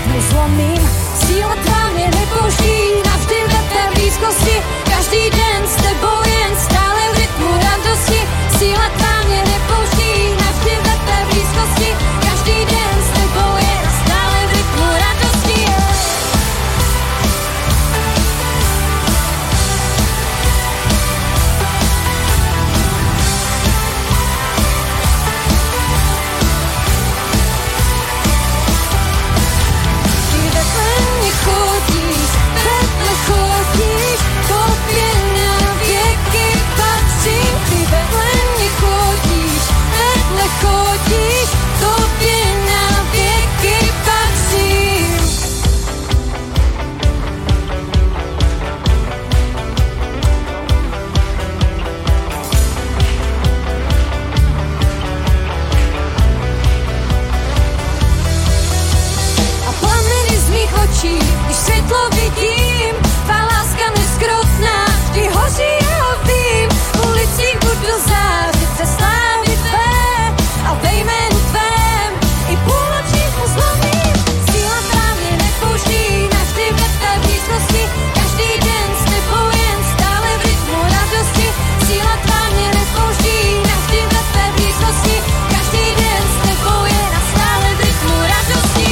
rytmu zlomím. Síla tvá mě nepouští, navždy ve tvé blízkosti. Každý den s tebou jen stále v rytmu radosti. Síla tvá mě nepouští, navždy ve tvé blízkosti. Každý den s tebou jen stále v rytmu radosti. Chodíš, tobě na věky patřím. Ty vedle mě chodíš, tobě na věky patřím. A plameny z mých očí, když světlo vidím, tvá láska neskrotná, vždy hoří a vím. V ulicích budu zářit se slávy tvé a ve jménu tvém i půlnočníku zlomím. Síla tvá mě nepouští, navždy ve tvé blízkosti. Každý den s tebou jen stále v rytmu radosti. Síla tvá mě nepouští, navždy ve tvé blízkosti. Každý den s tebou jen a stále v rytmu radosti.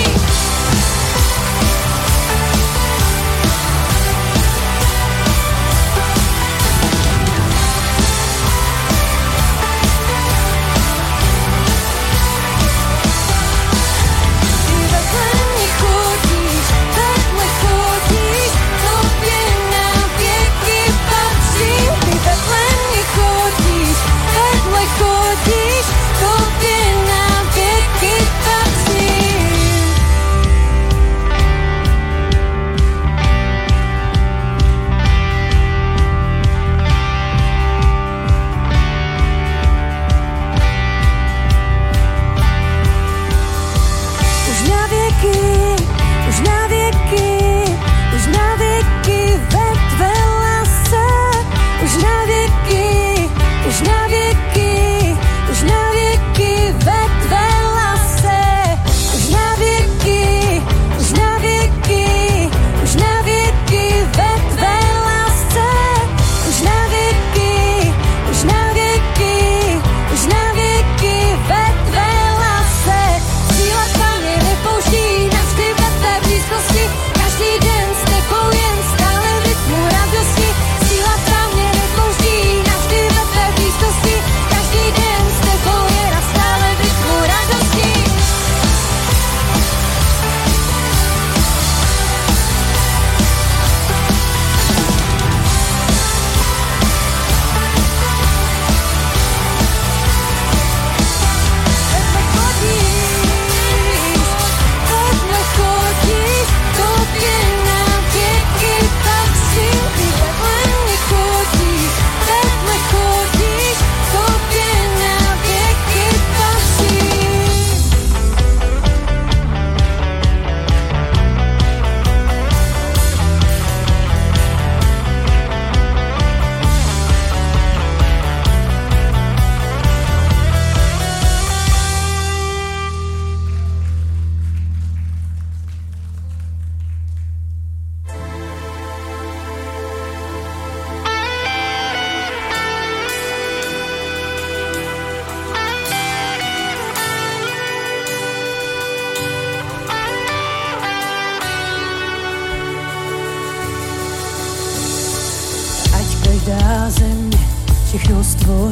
každá země, všechno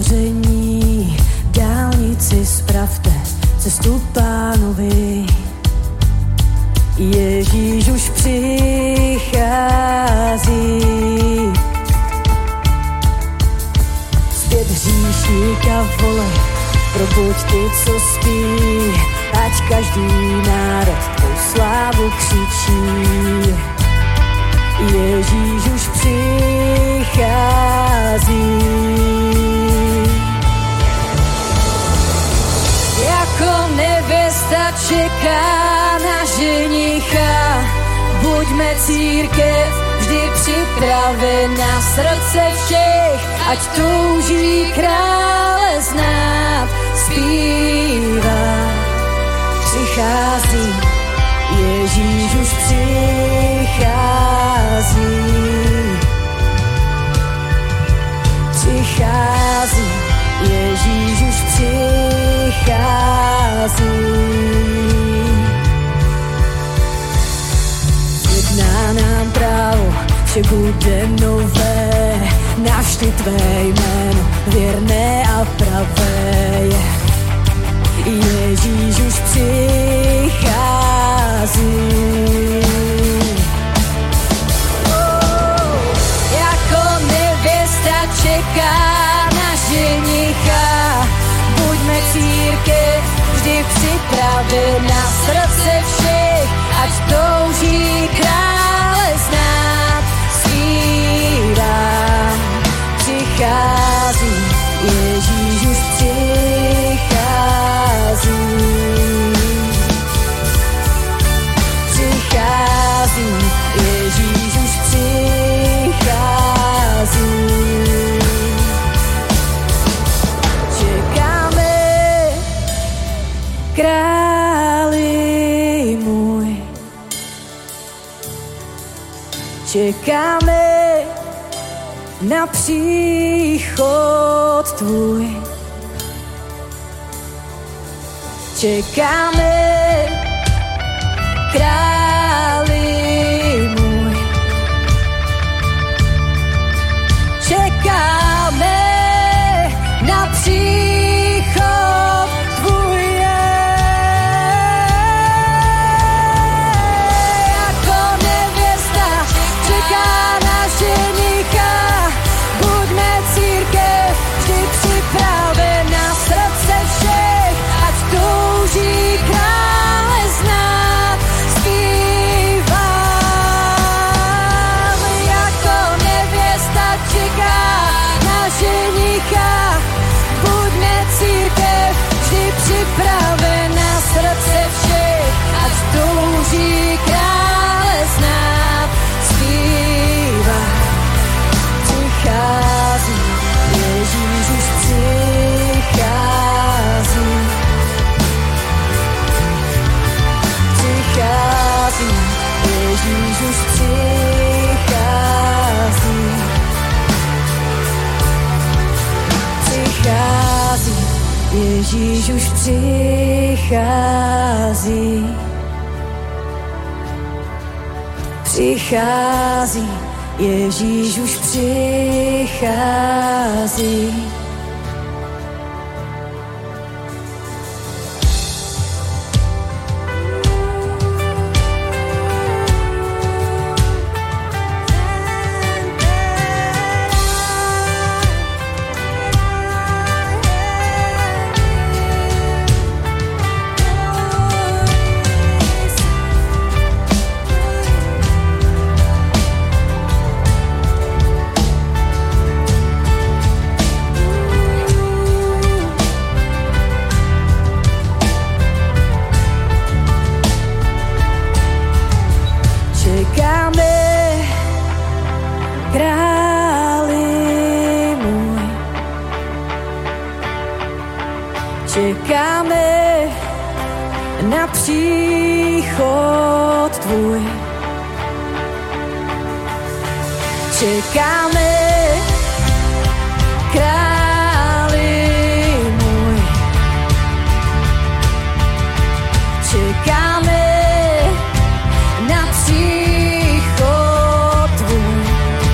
stvoření, dálnici spravte cestu Pánovi. Ježíš už přichází. Zpět hříšníka volej, probuď ty, co spí, ať každý národ tvou slávu křičí. Ježíš už přichází. Jako nevěsta čeká na ženicha, buďme církev vždy připravená, srdce všech, ať touží krále znát, zpívá. Přichází, Ježíš už přichází. Přichází, Ježíš už přichází. Zjedná nám právo, že bude nové, navždy tvé jméno, věrné a pravé je. Ježíš už přichází. Jako nevěsta čeká na ženicha, buďme církev vždy připravená, srdce všech, ať touží krále znát. Zpívám, přichází, Ježíš už přichází. Přichází, Ježíš už přichází. Čekáme, králi můj. Čekáme na příchod tvůj. Čekáme, králi můj. Čekáme na příchod tvůj. Jako nevěsta čeká na ženicha, buďme církev vždy připravená, srdce všech, ať touží krále znát. Zpívám, jako nevěsta čeká na ženicha, buďme církev vždy připravená, srdce všech, ať touží krále znát. Zpívám, přichází, Ježíš už přichází. Přichází, Ježíš už přichází. Přichází, Ježíš už přichází. Přichází, Ježíš už přichází. Čekáme na příchod tvůj. Čekáme, králi můj. Čekáme na příchod tvůj.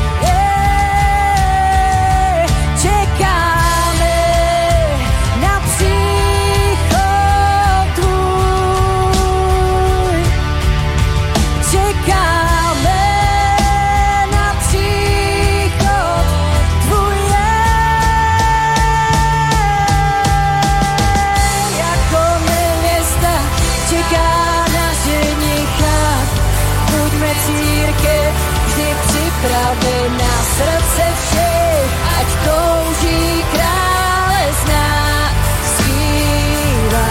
Čekáme na příchod tvůj. Čekáme na příchod tvůj. Jako nevěsta čeká na ženicha, buďme církev vždy připravená, srdce všech, ať touží krále znát. Zpívá,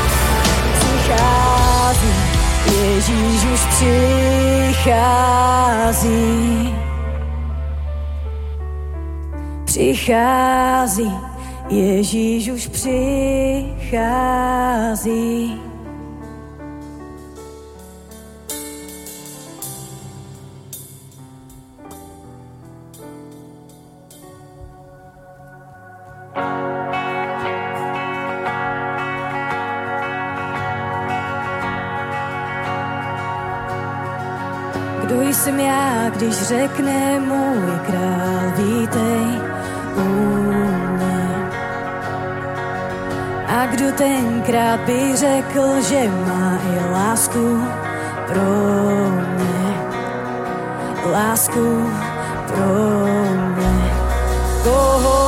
přichází, Ježíš už přichází. Přichází, Ježíš už přichází. Kdo jsem já, když řekne můj král, vítej u mě. A kdo tenkrát by řekl, že má i lásku pro mě, lásku pro mě. Koho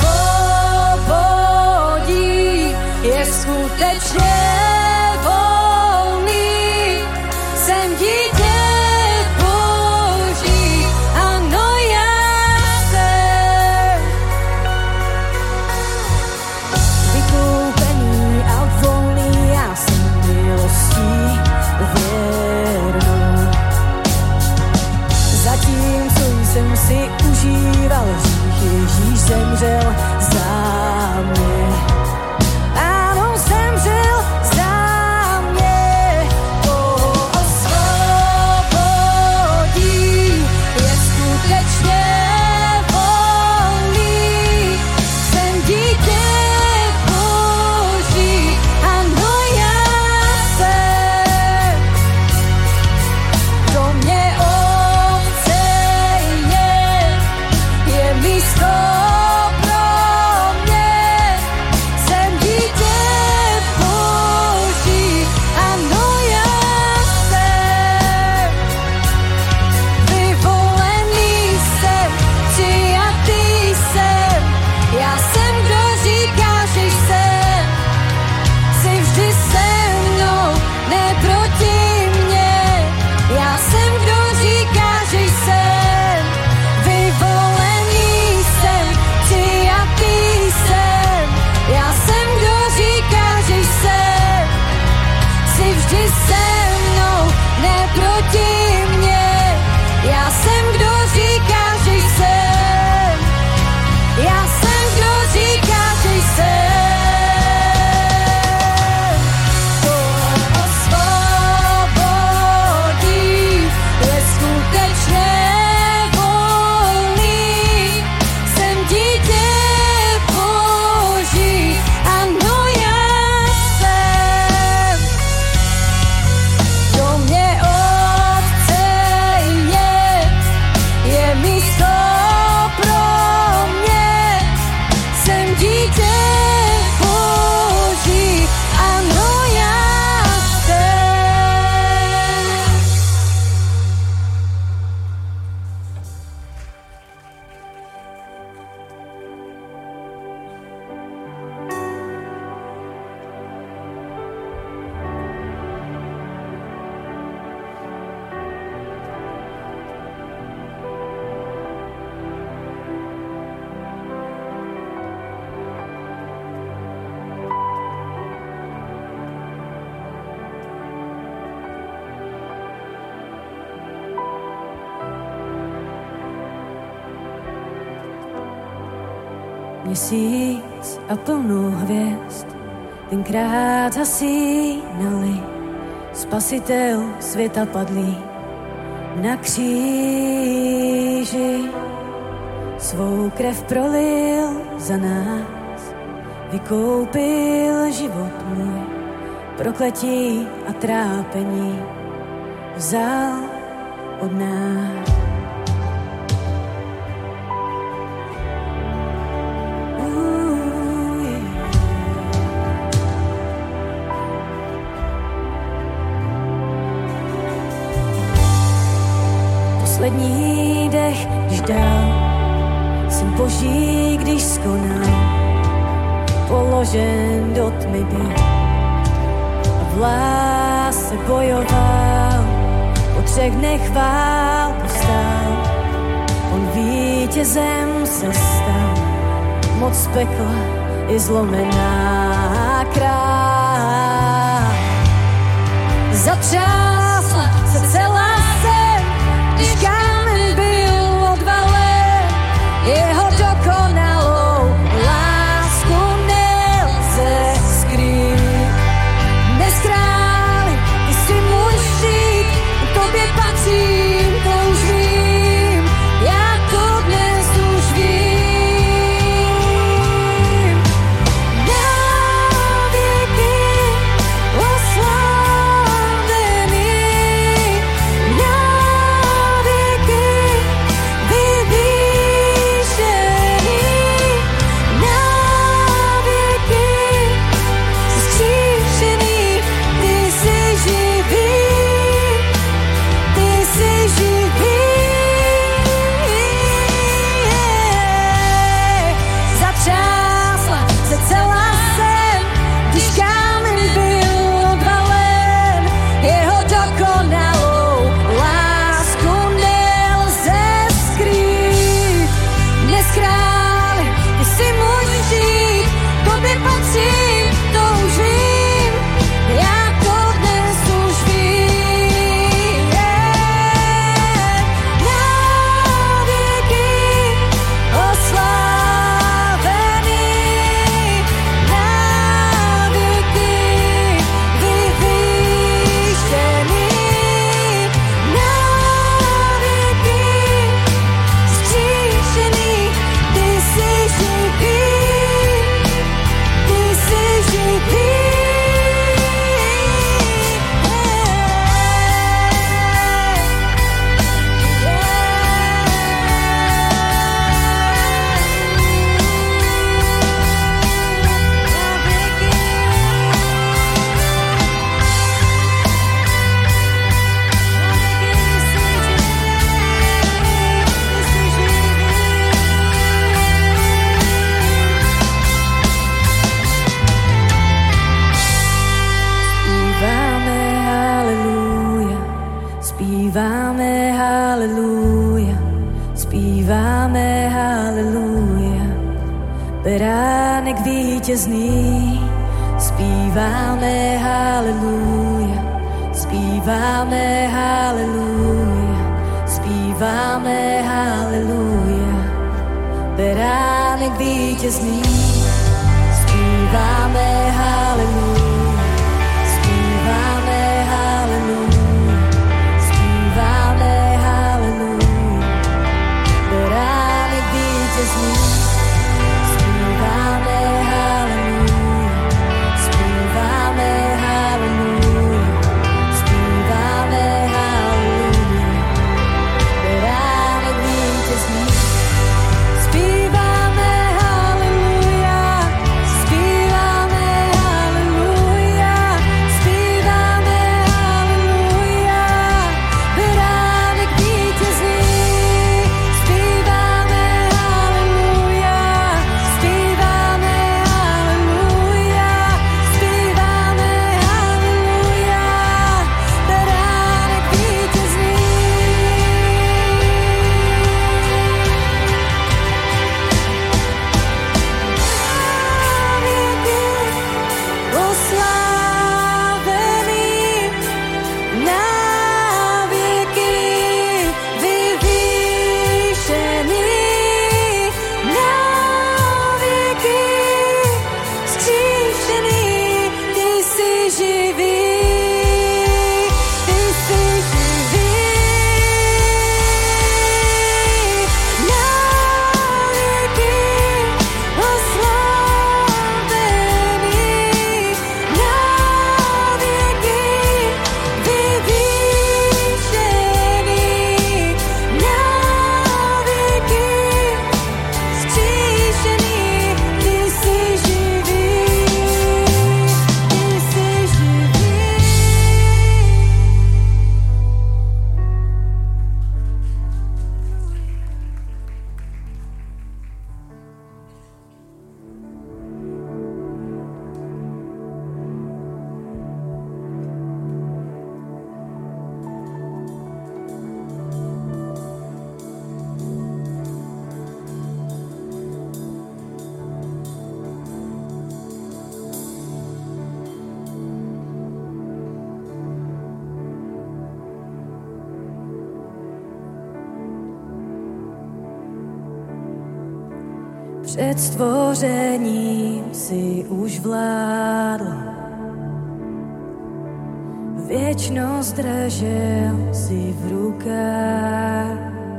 osvobodí, je skutečně volný, jsem dítě Boží, ano já jsem vykoupený a volný, já jsem milostí věrnou. Zatímco jsem si užíval hřích, Ježíš zemřel za mě. Ano, zemřel za mě. Koho osvobodí, je skutečně volný. Jsem dítě Boží, ano já jsem. Pro mě Otce je místo pro mě. Jsem dítě Boží, ano já jsem. Vyvolený jsem, přijatý jsem. Já jsem, kdo říká, že jsem. Jsi vždy se mnou, ne proti mně. Já jsem, kdo říká, že jsem. Vyvolený jsem, přijatý jsem. Já jsem, kdo říká, že jsem. Jsi vždy se mnou, ne proti mně. Já jsem, kdo říká, že jsem. Já jsem, kdo říká, že jsem. Koho osvobodí, je skutečně volný. Jsem dítě Boží, ano já jsem. Pro mě Otce je místo pro mě. Jsem dítě Boží, ano já jsem. Měsíc a plno hvězd tenkrát zasínali, Spasitel světa padlý na kříži. Svou krev prolil za nás, vykoupil život můj, prokletí a trápení vzal od nás. Poslední dech, když dal, jsem Boží, když skonal, položen do tmy byl a v lásce bojoval, po 3 dnech vál povstal, on vítězem se stal, moc pekla je zlomená král. Zatřásla se celá zem, když kámen byl odvalen, jeho dokonalou lásku nelze skrýt. Dnes králi, ty jsi můj štít, tobě patřím, to už vím, já to dnes už vím. Na věky oslavený, dokonalou lásku nelze skrýt. Dnes králi, ty jsi můj žít, tobě patřím, toužím, já to dnes už vím. Na věky oslávený, na věky vyvýšený, na věky zkříšený, ty jsi živý, ty jsi živý. Zpíváme haleluja, zpíváme haleluja, beránek vítězný. Zpíváme haleluja, zpíváme haleluja, zpíváme haleluja, beránek vítězný. Zpíváme haleluja, zpíváme haleluja, zpíváme haleluja, beránek vítězný. Zpíváme haleluja, zpíváme haleluja, zpíváme haleluja, beránek vítězný. Zpíváme haleluja, zpíváme haleluja, zpíváme haleluja, beránek vítězný. Zpíváme haleluja, zpíváme haleluja, zpíváme haleluja, beránek vítězný. Oslávený, na věky vyvýšený, na věky zkříšený, ty jsi živý, ty jsi živý, na věky oslávený, na věky vyvýšený, na věky zkříšený, ty jsi živý, ty jsi živý. Před stvořením si už vládl, věčnost držel si v rukách.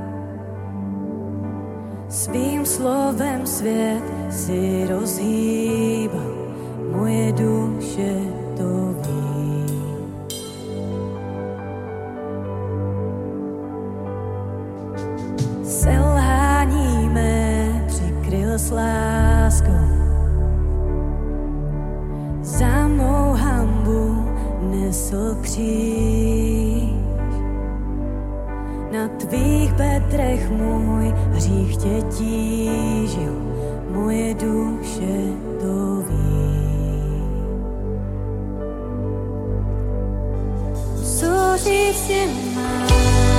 Svým slovem svět si rozhýbal, moje duše to ví. Selhání mé přikryl s láskou, za mou hanbu nesl kříž. Na tvých bedrech můj hřích tě tížil, moje duše to ví. Což říct jen mám,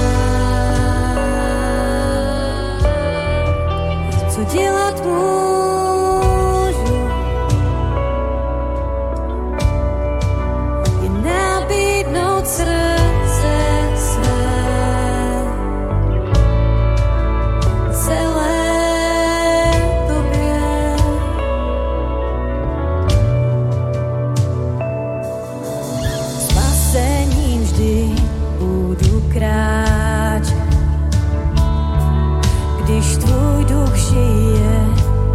co dělat můžu, je nabídnout srdce své, celé tobě. Spasením vždy budu kráčet, když tvůj duch žije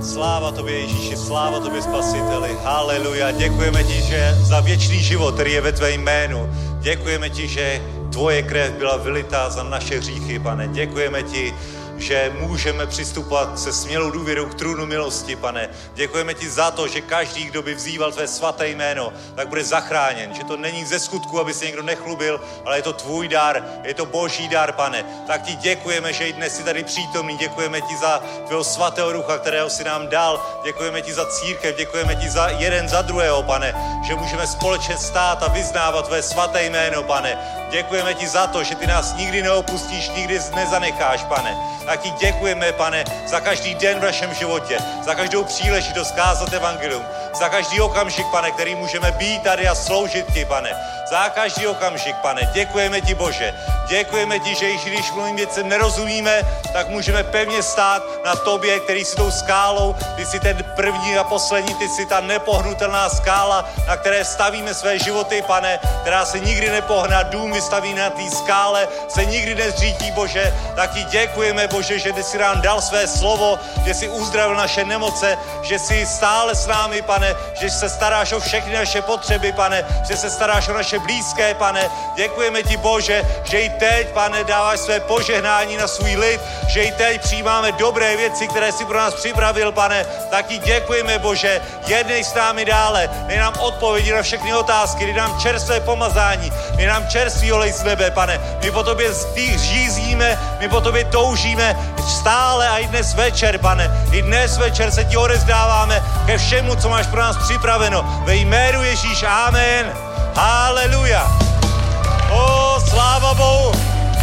Sláva tobě, Ježíši, sláva tobě, Spasiteli. Haleluja. Děkujeme ti, že za věčný život, který je ve tvé jménu. Děkujeme ti, že tvoje krev byla vylitá za naše hříchy, Pane. Děkujeme ti, že můžeme přistupovat se smělou důvěrou k trůnu milosti, Pane. Děkujeme ti za to, že každý, kdo by vzýval tvé svaté jméno, tak bude zachráněn. Že to není ze skutku, aby se někdo nechlubil, ale je to tvůj dar, je to boží dar, Pane. Tak ti děkujeme, že i dnes jsi tady přítomný. Děkujeme ti za tvého svatého ducha, kterého jsi nám dal. Děkujeme ti za církev, děkujeme ti za jeden za druhého, Pane. Že můžeme společně stát a vyznávat tvé svaté jméno, Pane. Děkujeme ti za to, že ty nás nikdy neopustíš, nikdy nezanecháš, Pane. Tak ti děkujeme, Pane, za každý den v našem životě, za každou příležitost kázat evangelium, za každý okamžik, Pane, který můžeme být tady a sloužit ti, Pane. Za každý okamžik, Pane. Děkujeme ti, Bože. Děkujeme ti, že i když mnohým věcem nerozumíme, tak můžeme pevně stát na tobě, který jsi tou skálou. Ty jsi ten první a poslední, ty jsi ta nepohnutelná skála, na které stavíme své životy, Pane, která se nikdy nepohne. Dům vystaví na té skále, se nikdy nezřítí, Bože. Tak ti děkujeme, Bože, že ty jsi nám dal své slovo, že jsi uzdravil naše nemoce, že jsi stále s námi, Pane, že se staráš o všechny naše potřeby, Pane, že se staráš o naše blízké, Pane. Děkujeme ti, Bože, že i teď, Pane, dáváš své požehnání na svůj lid, že i teď přijímáme dobré věci, které jsi pro nás připravil, Pane. Tak ti děkujeme, Bože, jednej s námi dále, dej nám odpovědi na všechny otázky, dej nám čerstvé pomazání, dej nám čerstvý olej z nebe, Pane. My po tobě žízíme, my po tobě toužíme stále a i dnes večer, Pane. I dnes večer se ti odevzdáváme ke všemu, co máš pro nás připraveno. Ve jménu Ježíš, amen. Haleluja. Sláva Bohu.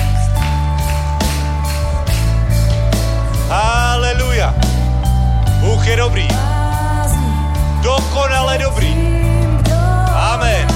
Haleluja. Bůh je dobrý. Dokonale dobrý. Amen.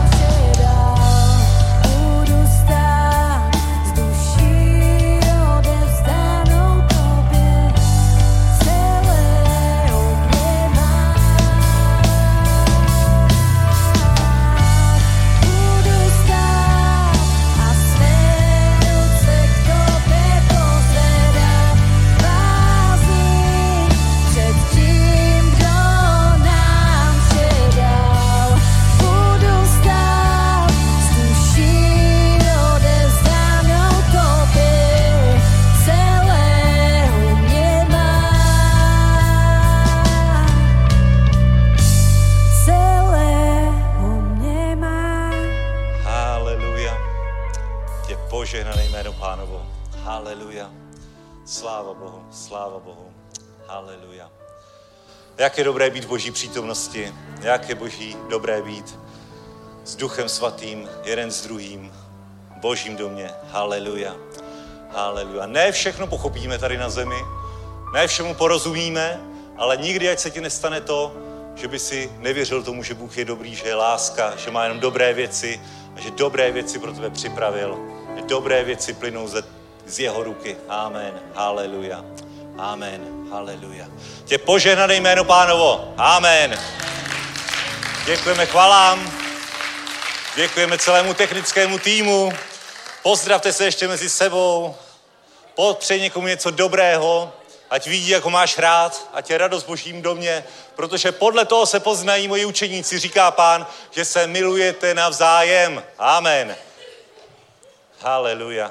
Požehnané jméno Pánovo. Haleluja. Sláva Bohu, sláva Bohu. Haleluja. Jak je dobré být v Boží přítomnosti. Jak je Boží dobré být s Duchem Svatým, jeden s druhým, v Božím domě. Haleluja. Haleluja. Ne všechno pochopíme tady na zemi, ne všemu porozumíme, ale nikdy, ať se ti nestane to, že by si nevěřil tomu, že Bůh je dobrý, že je láska, že má jenom dobré věci a že dobré věci pro tebe připravil. Dobré věci plynou z jeho ruky. Amen. Haleluja. Amen. Haleluja. Tě požehnané jméno Pánovo. Amen. Děkujeme chvalám. Děkujeme celému technickému týmu. Pozdravte se ještě mezi sebou. Popřej někomu něco dobrého. Ať vidí, jako máš rád. Ať je radost v Božím domě. Protože podle toho se poznají moji učeníci, říká Pán, že se milujete navzájem. Amen. Haleluja.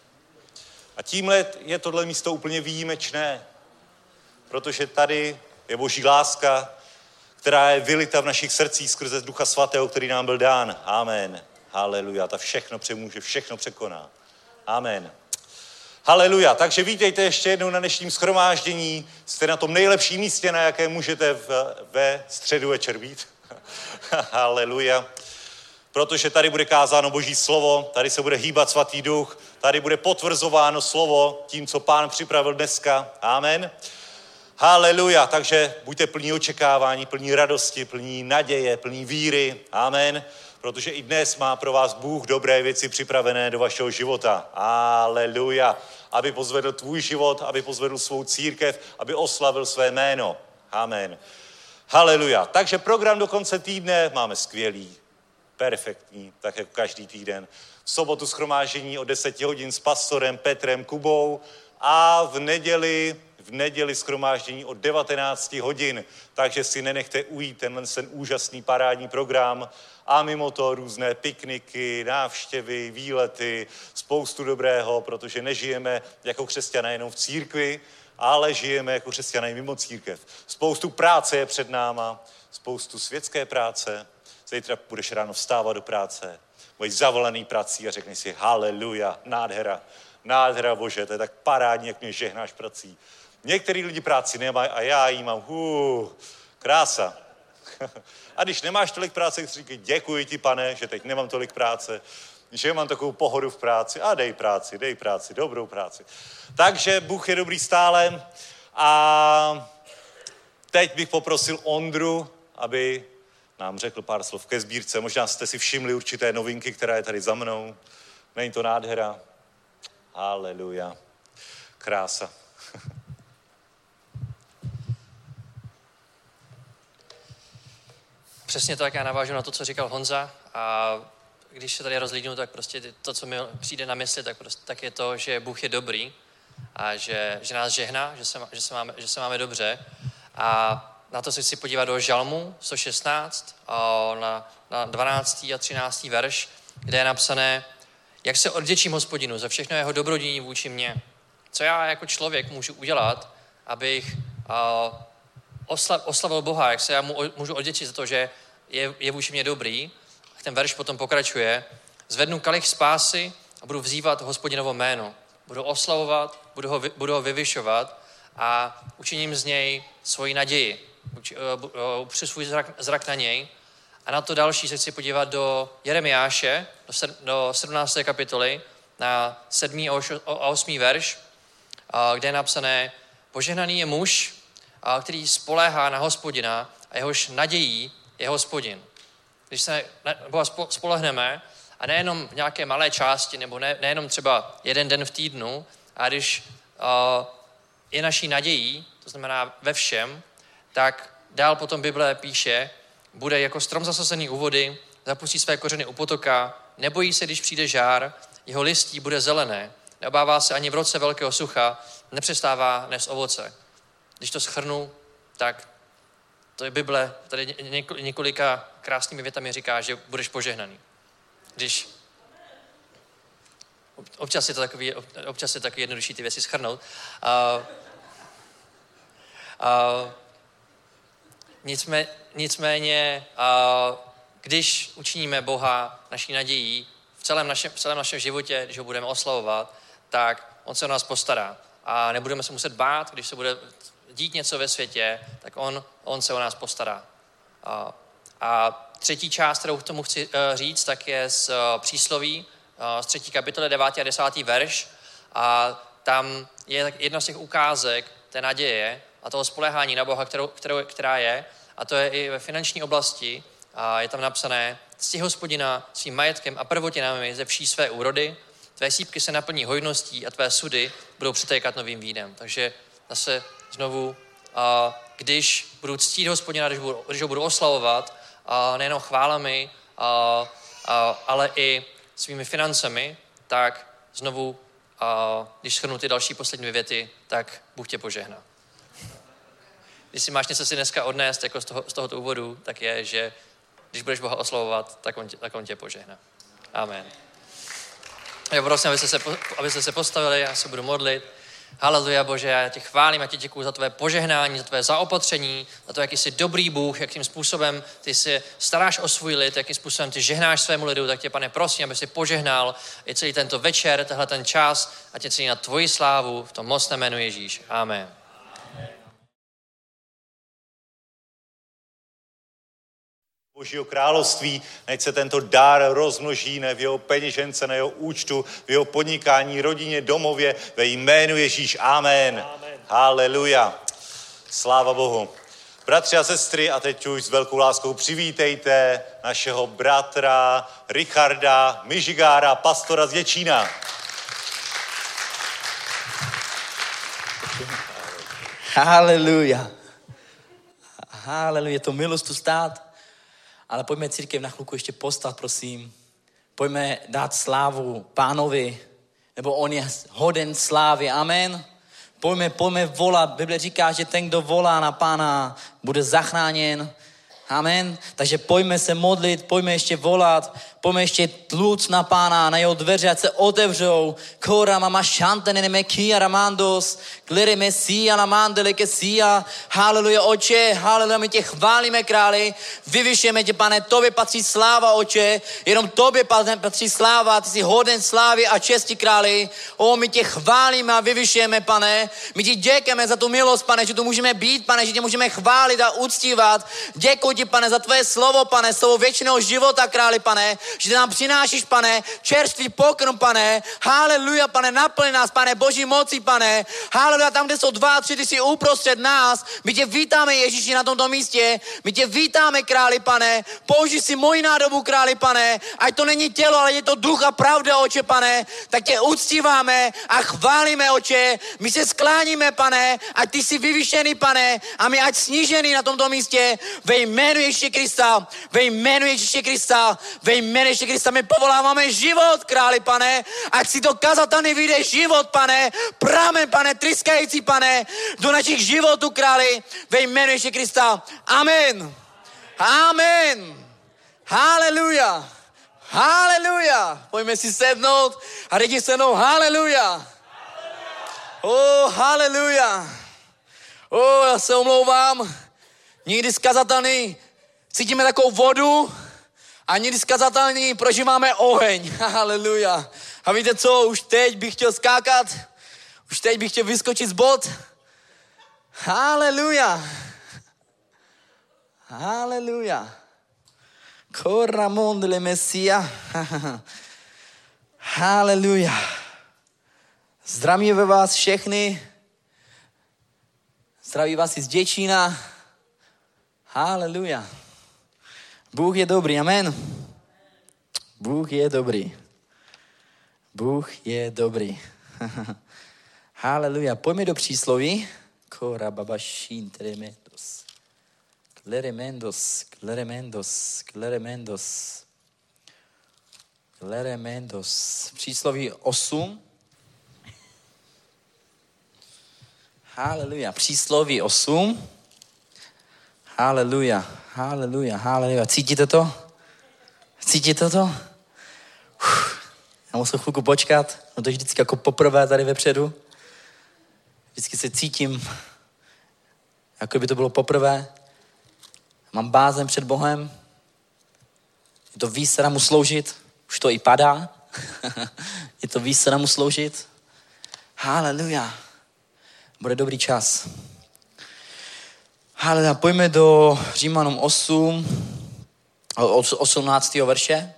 A tímhle je tohle místo úplně výjimečné, protože tady je Boží láska, která je vylita v našich srdcích skrze Ducha Svatého, který nám byl dán. Amen. Haleluja. Ta všechno přemůže, všechno překoná. Amen. Haleluja. Takže vítejte ještě jednou na dnešním shromáždění. Jste na tom nejlepším místě, na jaké můžete ve středu večer být. Haleluja. Protože tady bude kázáno Boží slovo, tady se bude hýbat Svatý Duch, tady bude potvrzováno slovo tím, co Pán připravil dneska. Amen. Haleluja. Takže buďte plní očekávání, plní radosti, plní naděje, plní víry. Amen. Protože i dnes má pro vás Bůh dobré věci připravené do vašeho života. Haleluja. Aby pozvedl tvůj život, aby pozvedl svou církev, aby oslavil své jméno. Amen. Haleluja. Takže program do konce týdne máme skvělý. Perfektní, tak jako každý týden. V sobotu shromáždění o 10 hodin s pastorem Petrem Kubou. a v neděli shromáždění od 19 hodin, takže si nenechte ujít ten úžasný parádní program a mimo to různé pikniky, návštěvy, výlety, spoustu dobrého, protože nežijeme jako křesťané jenom v církvi, ale žijeme jako křesťané mimo církev. Spoustu práce je před náma, spoustu světské práce. Zítra budeš ráno vstávat do práce, budeš zavolaný prací a řekneš si haleluja, nádhera Bože, to je tak parádní, jak mě žehnáš prací. Některý lidi práci nemají a já jí mám, krása. A když nemáš tolik práce, tak si říkej, děkuji ti, Pane, že teď nemám tolik práce, že mám takovou pohodu v práci a dej práci, dobrou práci. Takže Bůh je dobrý stále a teď bych poprosil Ondru, aby nám řekl pár slov ke sbírce. Možná jste si všimli určité novinky, která je tady za mnou. Není to nádhera? Haleluja. Krása. Přesně tak, já navážu na to, co říkal Honza a když se tady rozlídnu, tak prostě to, co mi přijde na mysli, tak je to, že Bůh je dobrý a že nás žehná, že se máme dobře a na to se chci podívat do Žalmu 116, na 12. a 13. verš, kde je napsané, jak se odvděčím Hospodinu za všechno jeho dobrodění vůči mně. Co já jako člověk můžu udělat, abych oslavil Boha, jak se já můžu odvděčit za to, že je vůči mě dobrý. A ten verš potom pokračuje. Zvednu kalich spásy a budu vzývat Hospodinovo jméno. Budu oslavovat, budu ho vyvyšovat a učiním z něj svoji naději. Upřu svůj zrak na něj. A na to další se chci podívat do Jeremiáše, do 17. kapitoly, na 7. a 8. verš, kde je napsané, požehnaný je muž, který spoléhá na Hospodina a jehož nadějí je Hospodin. Když se na Boha spolehneme a nejenom v nějaké malé části, nebo nejenom třeba jeden den v týdnu, a když je naší nadějí, to znamená ve všem, tak dál potom Bible píše, bude jako strom zasazený u vody, zapustí své kořeny u potoka, nebojí se, když přijde žár, jeho listí bude zelené, neobává se ani v roce velkého sucha, nepřestává nést ovoce. Když to shrnu, tak to je Bible, tady několika krásnými větami říká, že budeš požehnaný. Když občas je takový jednodušší ty věci shrnout. Nicméně, když učiníme Boha naší nadějí v celém našem životě, když ho budeme oslavovat, tak on se o nás postará. A nebudeme se muset bát, když se bude dít něco ve světě, tak on se o nás postará. A třetí část, kterou k tomu chci říct, tak je z přísloví, z 3. kapitoly 9. a 10. verš. A tam je jedna z těch ukázek té naděje a toho spoléhání na Boha, která je. A to je i ve finanční oblasti. A je tam napsané, cti Hospodina svým majetkem a prvotinami ze vší své úrody, tvé sýpky se naplní hojností a tvé sudy budou přitékat novým vínem. Takže zase znovu, když budu ctít Hospodina, když ho budu oslavovat, nejenom chválami, ale i svými financemi, tak znovu, když shrnu ty další poslední věty, tak Bůh tě požehná. Když si máš něco si dneska odnést jako z tohoto úvodu, tak je, že když budeš Boha oslavovat, tak on tě požehná. Amen. Já prosím, abyste se postavili, já se budu modlit. Haleluja, Bože, já tě chválím a tě děkuju za tvé požehnání, za tvé zaopatření, za to, jaký jsi dobrý Bůh, jakým způsobem ty se staráš o svůj lid, jakým způsobem ty žehnáš svému lidu, tak tě, Pane, prosím, aby si požehnal i celý tento večer, tenhle ten čas a tě celý na tvoji slávu v tom mocném jménu Ježíš. Amen. Božího království, nech se tento dár rozmnoží v jeho peněžence, na jeho účtu, v jeho podnikání, rodině, domově, ve jménu Ježíš. Amen. Amen. Haleluja. Sláva Bohu. Bratři a sestry, a teď už s velkou láskou přivítejte našeho bratra Richarda Mižigára, pastora z Děčína. Haleluja. Haleluja, je to milost tu stát. Ale pojďme církev na chvilku ještě postat, prosím. Pojďme dát slávu Pánovi, nebo on je hoden slávy. Amen. Pojďme volat. Bible říká, že ten, kdo volá na Pána, bude zachráněn. Amen. Takže pojďme se modlit, pojďme ještě volat, pojďme ještě tluc na Pána, na jeho dveře, ať se otevřou. Kora mama šantene mekia ramandos, klere mesia la mandele kesia. Haleluja, Oče, haleluja, my tě chválíme, králi, vyvyšujeme tě, Pane, tobě patří sláva, Oče, jenom tobě patří sláva, ty jsi hoden slávy a česti, králi. My tě chválíme a vyvyšujeme, Pane, my ti děkujeme za tu milost, Pane, že tu můžeme být, Pane, že tě můžeme chválit a uctívat. Děkuji ti, Pane, za tvoje slovo, Pane, slovo věčného života, králi, Pane, že ty nám přinášíš, Pane, čerstvý pokrm, Pane, haleluja, Pane, naplň nás, Pane, Boží moci, Pane, haleluja, tam, kde jsou 2 a 3, ty jsi uprostřed nás, my tě vítáme, Ježíši, na tomto místě, my tě vítáme, králi, Pane, použij si moji nádobu, králi, Pane, ať to není tělo, ale je to duch a pravda, Oče, Pane, tak tě uctíváme a chválíme, Oče, my se skláníme, Pane, ať ty jsi vyvyšený, Pane, a my ať snížený na tomto místě, ve jménu Ježíše Krista, ve jménu Ježíše Krista, ve jménu Ježíše Krista, my povoláváme život, králi, Pane, ať si to kazatelný vyjde život, Pane, pramen, Pane, tryskající, Pane, do našich životů, králi, ve jménu Ježíše Krista. Amen. Amen. Haleluja. Haleluja. Pojďme si sednout a řekni se mnou haleluja. Haleluja. Já se omlouvám. Někdy zkazatelný cítíme takovou vodu a někdy zkazatelný prožíváme oheň. Haleluja. A víte co, už teď bych chtěl skákat, už teď bych chtěl vyskočit z bod. Haleluja. Haleluja. Koramon de Mesia. Haleluja. Zdravíme vás všechny. Zdraví vás i z Děčína. Haleluja. Bůh je dobrý, amen. Bůh je dobrý. Bůh je dobrý. Haleluja. Pojďme do přísloví. Kora babashin tremendos. Kleremendos, kleremendos, kleremendos. Kleremendos. Přísloví 8. Haleluja. Přísloví 8. Haleluja, haleluja, haleluja. Cítíte to? Cítíte to? Já musím chvilku počkat, no to je vždycky jako poprvé tady vepředu. Vždycky se cítím, jako by to bylo poprvé. Mám bázeň před Bohem. Je to výsada mu sloužit. Už to i padá. Je to výsada mu sloužit. Haleluja. Bude dobrý čas. Haleluja, pojďme do Římanům 8, od 18. verše.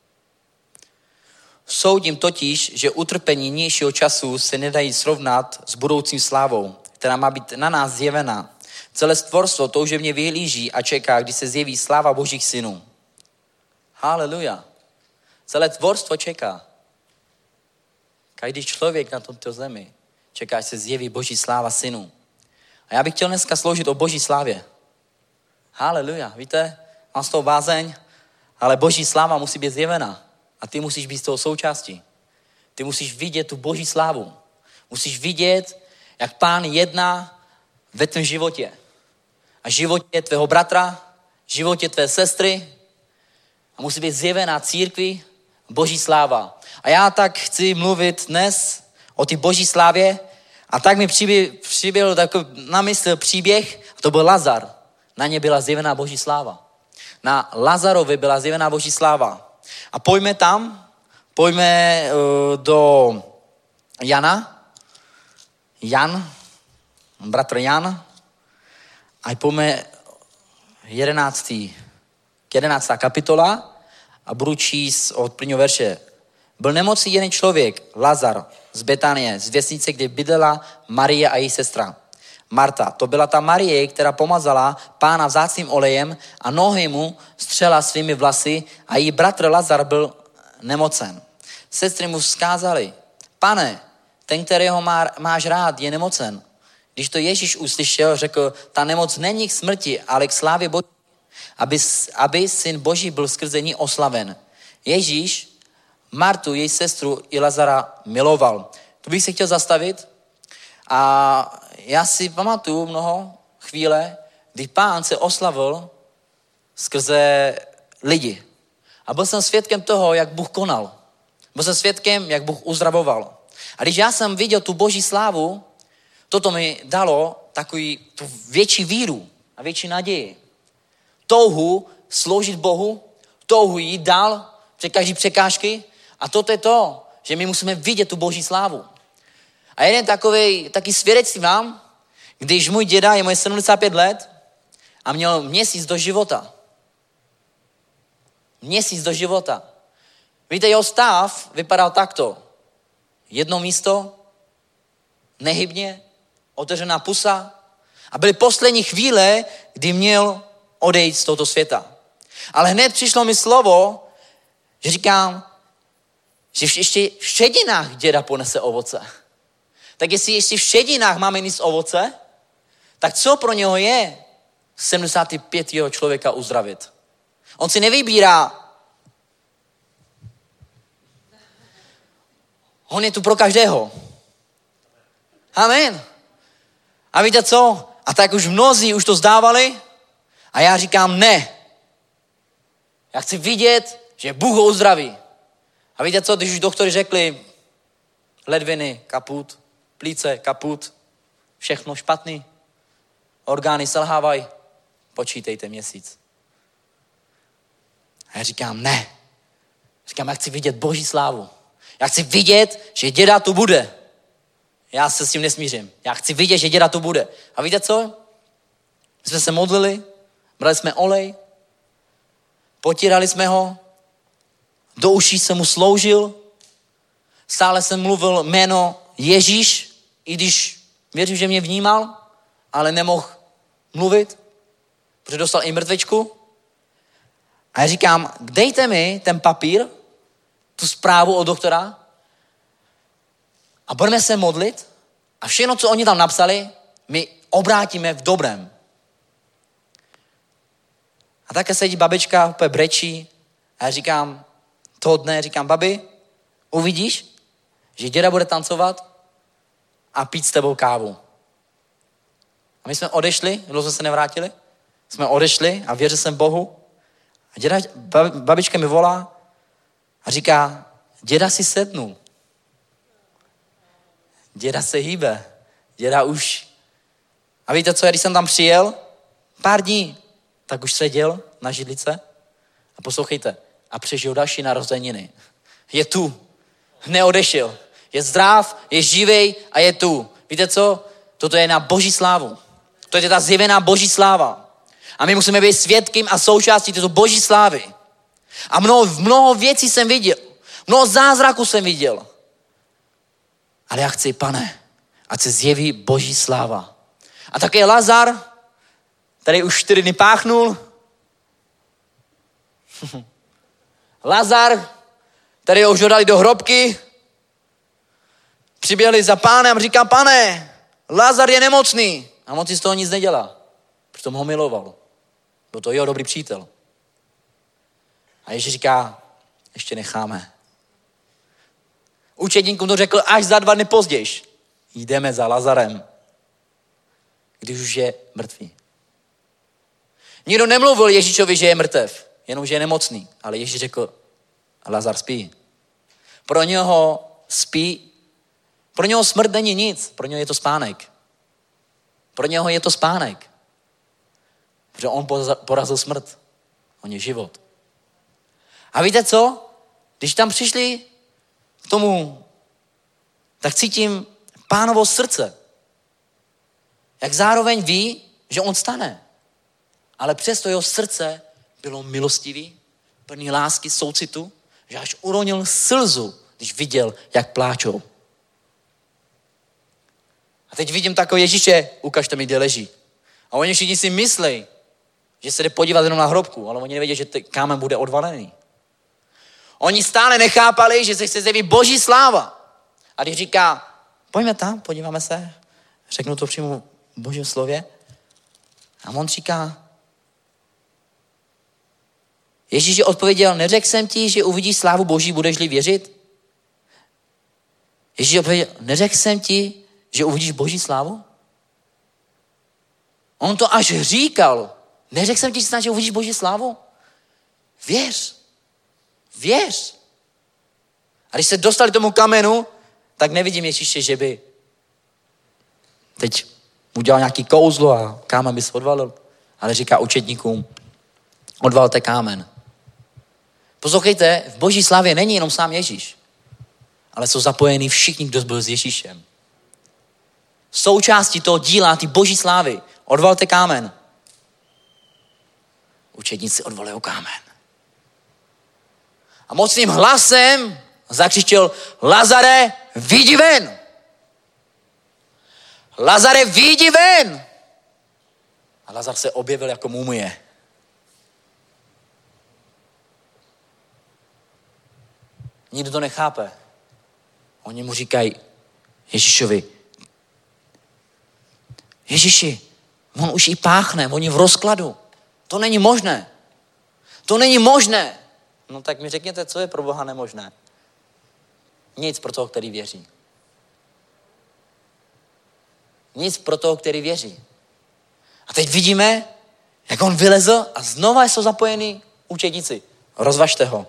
Soudím totiž, že utrpení nynějšího času se nedají srovnat s budoucím slávou, která má být na nás zjevena. Celé stvorstvo toužebně vyhlíží a čeká, kdy se zjeví sláva Božích synů. Haleluja. Celé tvorstvo čeká. Každý člověk na tomto zemi čeká, až se zjeví Boží sláva synů. A já bych chtěl dneska sloužit o Boží slávě. Haleluja, víte, mám z toho bázeň, ale Boží sláva musí být zjevena. A ty musíš být z toho součástí. Ty musíš vidět tu Boží slávu. Musíš vidět, jak Pán jedná ve tvém životě. A životě tvého bratra, životě tvé sestry. A musí být zjevená církvi Boží sláva. A já tak chci mluvit dnes o té Boží slávě. A tak mi přibyl takový na mysl příběh, a to byl Lazar. Na ně byla zjevená Boží sláva. Na Lazarovi byla zjevená Boží sláva. A pojďme tam, pojďme do Jana. Bratr Jan. A pojďme 11. kapitola a budu číst od 1. verše. Byl nemocný jeden člověk, Lazar, z Betanie, z vesnice, kde bydlela Marie a její sestra. Marta, to byla ta Marie, která pomazala Pána vzácným olejem a nohy mu střela svými vlasy a její bratr Lazar byl nemocen. Sestry mu vzkázali, Pane, ten, kterého máš rád, je nemocen. Když to Ježíš uslyšel, řekl, ta nemoc není k smrti, ale k slávě Boží, aby syn Boží byl skrze ní oslaven. Ježíš Martu, její sestru i Lazara miloval. Tu bych se chtěl zastavit. A já si pamatuju mnoho chvíle, kdy Pán se oslavil skrze lidi. A byl jsem svědkem toho, jak Bůh konal. Byl jsem svědkem, jak Bůh uzdravoval. A když já jsem viděl tu Boží slávu, toto mi dalo takový tu větší víru a větší naději. Touhu sloužit Bohu, touhu jít dál před každý překážky. A toto je to, že my musíme vidět tu Boží slávu. A jeden taky svědectví mám, když můj děda je moje 75 let a měl měsíc do života. Měsíc do života. Víte, jeho stav vypadal takto. Jedno místo, nehybně, otevřená pusa a byly poslední chvíle, kdy měl odejít z tohoto světa. Ale hned přišlo mi slovo, že říkám, že ještě v šedinách děda ponese ovoce. Tak jestli ještě v šedinách máme níst ovoce, tak co pro něho je 75 člověka uzdravit? On si nevybírá. On je tu pro každého. Amen. A víte co? A tak už mnozí už to zdávali a já říkám ne. Já chci vidět, že Bůh ho uzdraví. A víte co? Když už doktory řekli ledviny, kaput, plíce, kaput, všechno špatný, orgány selhávají, počítejte měsíc. A já říkám ne. Říkám, já chci vidět Boží slávu. Já chci vidět, že děda tu bude. Já se s tím nesmířím. Já chci vidět, že děda tu bude. A víte co? My jsme se modlili, brali jsme olej, potírali jsme ho, do uší jsem mu sloužil, stále jsem mluvil jméno Ježíš, i když věřím, že mě vnímal, ale nemohl mluvit, protože dostal i mrtvečku. A já říkám, dejte mi ten papír, tu zprávu od doktora a budeme se modlit a všechno, co oni tam napsali, my obrátíme v dobrém. A také sedí babička, úplně brečí a já říkám, toho dne říkám, babi, uvidíš, že děda bude tancovat a pít s tebou kávu. A my jsme odešli, dlouho jsme se nevrátili, jsme odešli a věřil jsem Bohu. A babička mi volá a říká, děda si sednul. Děda se hýbe. Děda už. A víte co, když jsem tam přijel, pár dní, tak už seděl na židlice a poslouchejte, a přežil další narozeniny. Je tu. Neodešel. Je zdrav, je živej a je tu. Víte co? Toto je na Boží slávu. To je ta zjevená Boží sláva. A my musíme být svědkem a součástí této Boží slávy. A mnoho věcí jsem viděl. Mnoho zázraků jsem viděl. Ale já chci, Pane, ať se zjeví Boží sláva. A také Lazar, který už 4 dny páchnul. Lazar, který ho už dali do hrobky. Přiběhli za Pánem a říká, Pane, Lazar je nemocný. A on si z toho nic nedělá. Protože ho miloval. Byl to jeho dobrý přítel. A Ježíš říká, ještě necháme. Učedníkům to řekl až za 2 dny později. Jdeme za Lazarem, když už je mrtvý. Nikdo nemluvil Ježíšovi, že je mrtev, jenom že je nemocný. Ale Ježíš řekl, Lazar spí. Pro něho spí. Pro něho smrt není nic. Pro něho je to spánek. Pro něho je to spánek. Protože on porazil smrt. On je život. A víte co? Když tam přišli k tomu, tak cítím Pánovo srdce. Jak zároveň ví, že on stane. Ale přesto jeho srdce bylo milostivý, plný lásky, soucitu, že až uronil slzu, když viděl, jak pláčou. A teď vidím takového Ježíše, ukažte mi, kde leží. A oni všichni si myslí, že se jde podívat jenom na hrobku, ale oni nevědí, že kámen bude odvalený. Oni stále nechápali, že se chce zjevit Boží sláva. A když říká, pojďme tam, podíváme se, řeknu to přímo v Božím slově. A on říká, Ježíš odpověděl, neřekl jsem ti, že uvidíš slávu Boží, budeš-li věřit? Ježíš odpověděl, neřekl jsem ti, že uvidíš Boží slávu? On to až říkal. Neřekl jsem ti, že uvidíš Boží slávu? Věř. Věř. A když se dostali tomu kamenu, tak nevidím Ježíše, že by teď udělal nějaký kouzlo a kámen by se odvalil. Ale říká učedníkům, odvalte kámen. Poslouchejte, v Boží slávě není jenom sám Ježíš, ale jsou zapojení všichni, kdo byl s Ježíšem. Součástí toho díla, ty Boží slávy. Odvalte kámen. Učedníci odvalují kámen. A mocným hlasem zakřičel, Lazare, vyjdi ven! Lazare, vyjdi ven! A Lazar se objevil jako mumie. Nikdo to nechápe. Oni mu říkají Ježíšovi, Ježíši, on už i páchne, on je v rozkladu. To není možné. To není možné. No tak mi řekněte, co je pro Boha nemožné. Nic pro toho, který věří. Nic pro toho, který věří. A teď vidíme, jak on vylezl a znova jsou zapojení učedníci. Rozvažte ho.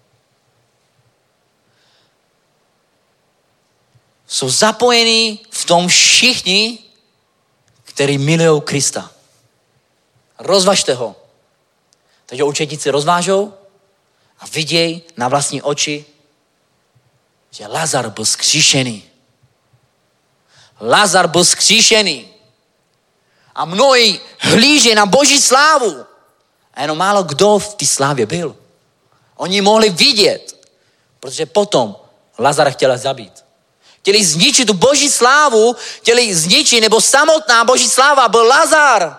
Jsou zapojení v tom všichni, kteří milují Krista. Rozvažte ho. Teď ho učedníci rozvážou a vidějí na vlastní oči, že Lazar byl zkříšený. Lazar byl zkříšený. A mnohí hlíží na Boží slávu. A jenom málo kdo v té slávě byl. Oni mohli vidět, protože potom Lazara chtěla zabít. Chtěli zničit tu Boží slávu, chtěli zničit, nebo samotná Boží sláva byl Lazar.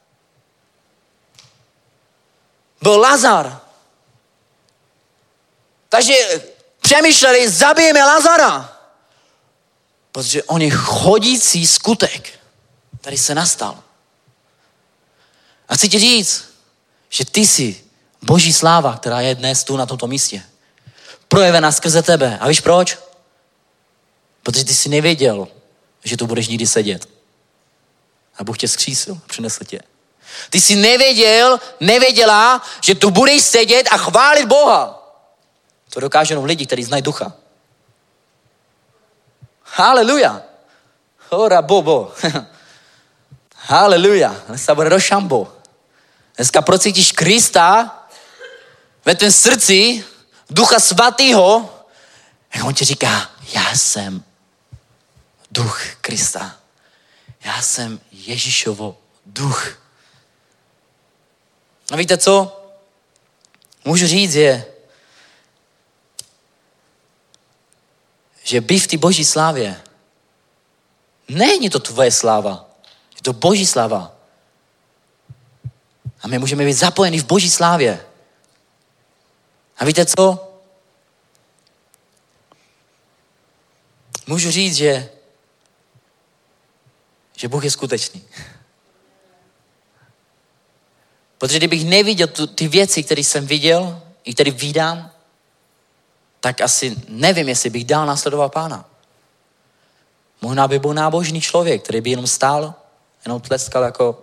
Byl Lazar. Takže přemýšleli, zabijeme Lazara. Protože on je chodící skutek, který se nastal. A chci ti říct, že ty jsi Boží sláva, která je dnes tu na tomto místě. Projevená skrze tebe. A víš proč? Protože ty jsi nevěděl, že tu budeš nikdy sedět. A Bůh tě zkřísil a přinesl tě. Ty jsi nevěděla, že tu budeš sedět a chválit Boha. To dokážou jenom lidi, kteří znají ducha. Haleluja. Hora bobo. Haleluja. Dneska bude rošambo. Dneska procítíš Krista ve tvém srdci, Ducha Svatého, jak on ti říká, já jsem duch Krista. Já jsem Ježíšovo duch. A víte co? Můžu říct, že být v té Boží slávě, není to tvoje sláva, je to Boží sláva. A my můžeme být zapojeni v Boží slávě. A víte co? Můžu říct, že Bůh je skutečný. Protože kdybych neviděl ty věci, které jsem viděl, i které vídám, tak asi nevím, jestli bych dál následoval Pána. Možná by byl nábožný člověk, který by jenom stál, jenom tleskal jako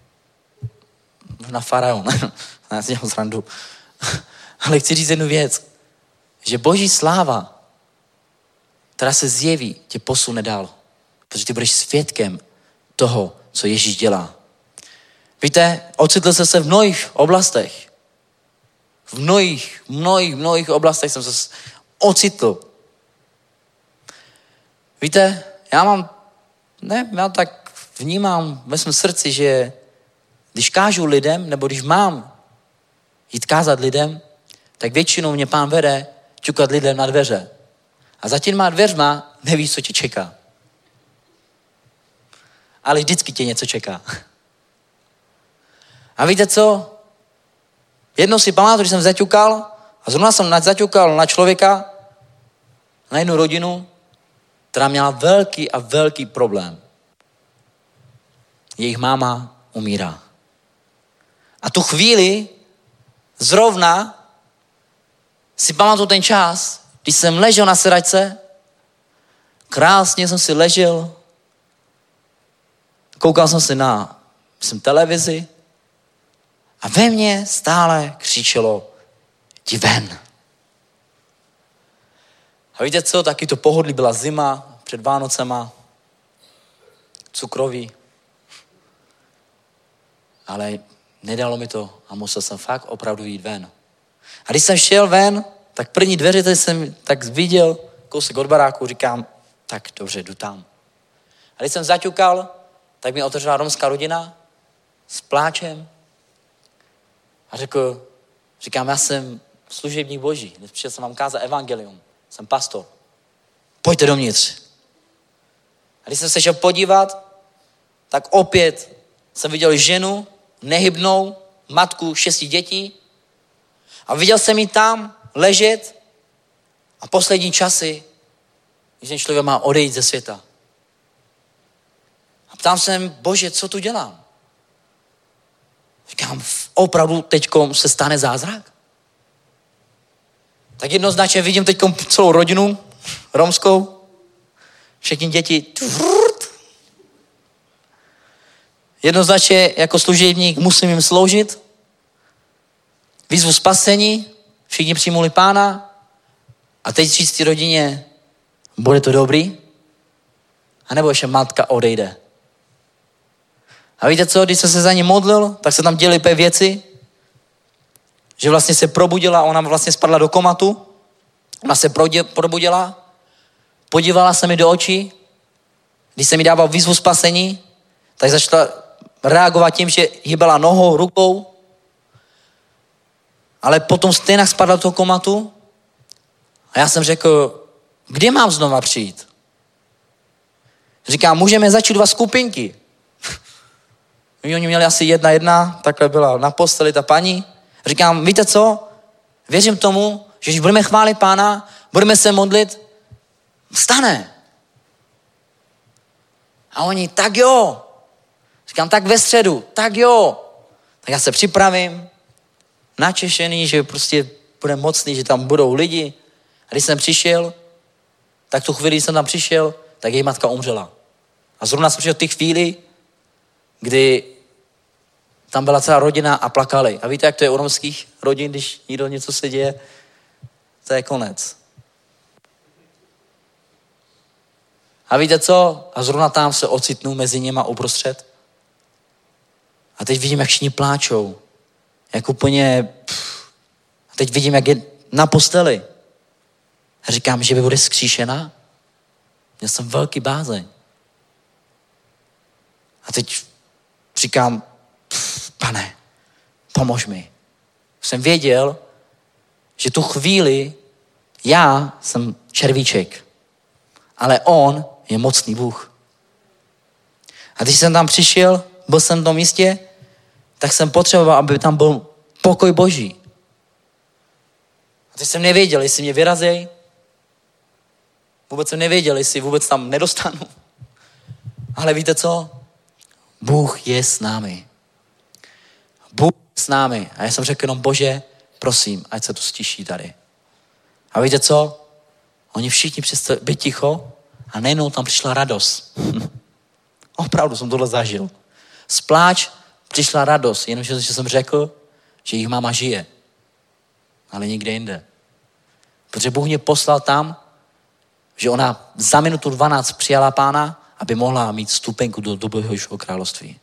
na faraon. Já si dělám srandu. Ale chci říct jednu věc, že Boží sláva, která se zjeví, tě posune dál. Protože ty budeš svědkem toho, co Ježíš dělá. Víte, ocitl jsem se v mnohých oblastech. V mnohých oblastech jsem se ocitl. Víte, já tak vnímám ve svém srdci, že když kážu lidem, nebo když mám jít kázat lidem, tak většinou mě Pán vede čukat lidem na dveře. A za těma dveřma nevíš, co tě čeká. Ale vždycky tě něco čeká. A víte co? Jednou si pamatuju, když jsem zaťukal a zrovna jsem zaťukal na člověka, na jednu rodinu, která měla velký problém. Jejich máma umírá. A tu chvíli zrovna si pamatuju ten čas, když jsem ležel na sedačce, krásně jsem si ležel, koukal jsem si na televizi a ve mně stále křičelo, jdi ven. A víte co, taky to pohodlí, byla zima před Vánocema, cukroví, ale nedalo mi to a musel jsem fakt opravdu jít ven. A když jsem šel ven, tak první dveře tady jsem tak viděl, kousek od baráku, říkám, tak dobře, jdu tam. A když jsem zaťukal, tak mi otevřela romská rodina s pláčem a říkám, já jsem služebník Boží, přišel jsem vám kázat evangelium, jsem pastor, pojďte dovnitř. A když jsem se šel podívat, tak opět jsem viděl ženu, nehybnou, matku 6 dětí a viděl jsem ji tam ležet a poslední časy, když ten člověk má odejít ze světa. A ptám se, Bože, co tu dělám? Říkám, opravdu teďkom se stane zázrak? Tak jednoznačně vidím teďkom celou rodinu romskou, všechny děti. Jednoznačně jako služebník musím jim sloužit, výzvu spasení, všichni přijmuli Pána a teď říct té rodině, bude to dobrý? A nebo ještě matka odejde. A víte co, když jsem se za ní modlil, tak se tam děly pět věci, že vlastně se probudila, ona vlastně spadla do komatu, ona se probudila, podívala se mi do očí, když jsem mi dával výzvu spasení, tak začala reagovat tím, že hýbala nohou, rukou, ale potom stejně spadla do toho komatu a já jsem řekl, kdy mám znova přijít? Říkám, můžeme začít 2 skupinky. Oni měli asi 1, takhle byla na posteli ta paní. Říkám, víte co? Věřím tomu, že když budeme chválit Pána, budeme se modlit, stane. A oni, tak jo. Říkám, tak ve středu, tak jo. Tak já se připravím, načešený, že prostě bude mocný, že tam budou lidi. A když jsem přišel, tak tu chvíli, když jsem tam přišel, tak její matka umřela. A zrovna jsem přišel v té chvíli, kdy tam byla celá rodina a plakali. A víte, jak to je u romských rodin, když někdo něco se děje? To je konec. A víte co? A zrovna tam se ocitnu mezi něma uprostřed. A teď vidím, jak všichni pláčou. Jak úplně... A teď vidím, jak je na posteli. A říkám, že by bude zkříšená. Měl jsem velký bázeň. A teď říkám, Pane, pomož mi. Jsem věděl, že tu chvíli já jsem červíček, ale on je mocný Bůh. A když jsem tam přišel, byl jsem v tom místě, tak jsem potřeboval, aby tam byl pokoj Boží. A teď jsem nevěděl, jestli mě vyrazí. Vůbec jsem nevěděl, jestli vůbec tam nedostanu. Ale víte co? Bůh je s námi. Bůh je s námi. A já jsem řekl jenom, Bože, prosím, ať se to stiší tady. A víte co? Oni všichni přestali být ticho a najednou tam přišla radost. Opravdu jsem tohle zažil. Z pláč přišla radost, jenomže jsem řekl, že jejich máma žije. Ale nikde jinde. Protože Bůh mě poslal tam, že ona za minutu 12 přijala Pána, aby mohla mít vstupenku do Božího království.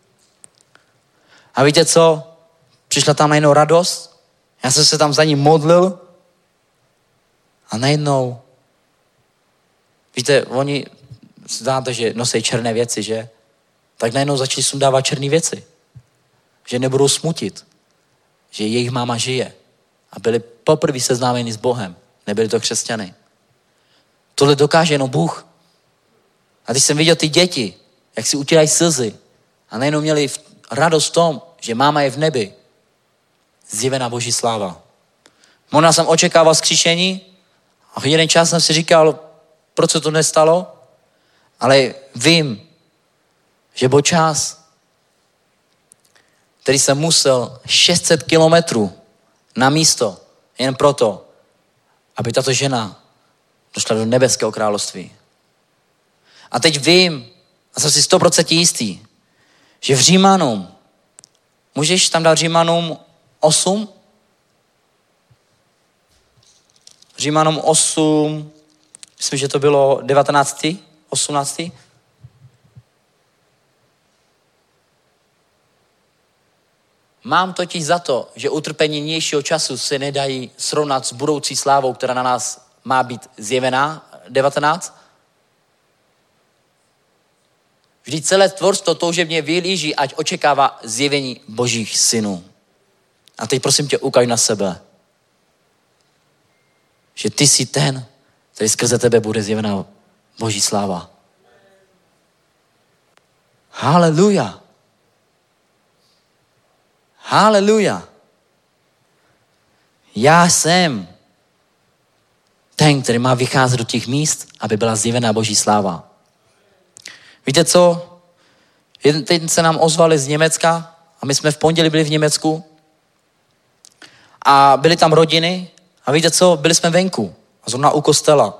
A víte co? Přišla tam najednou radost, já jsem se tam za ní modlil a najednou, víte, oni, znáte, že nosí černé věci, že? Tak najednou začali sundávat černé věci. Že nebudou smutit. Že jejich máma žije. A byli poprvé seznámeni s Bohem. Nebyli to křesťany. Tohle dokáže jenom Bůh. A když jsem viděl ty děti, jak si utírají slzy a najednou měli radost v tom, že máma je v nebi, zjevená Boží sláva. Možná jsem očekával zkříšení a jeden čas jsem si říkal, proč se to nestalo, ale vím, že byl čas, který jsem musel 600 kilometrů na místo, jen proto, aby tato žena došla do nebeského království. A teď vím, a jsem si 100% jistý, že v Římanům, můžeš tam dát Římanům 8? Římanům 8, myslím, že to bylo 19. 18. Mám totiž za to, že utrpení nynějšího času se nedají srovnat s budoucí slávou, která na nás má být zjevená. 19. Vždyť celé tvorstvo toužebně vyhlíží, ať očekává zjevení Božích synů. A teď prosím tě, ukaž na sebe, že ty jsi ten, který skrze tebe bude zjevená Boží sláva. Haleluja. Haleluja. Já jsem ten, který má vycházet do těch míst, aby byla zjevená Boží sláva. Víte co? Teď se nám ozvali z Německa a my jsme v pondělí byli v Německu a byly tam rodiny a víte co? Byli jsme venku a zrovna u kostela.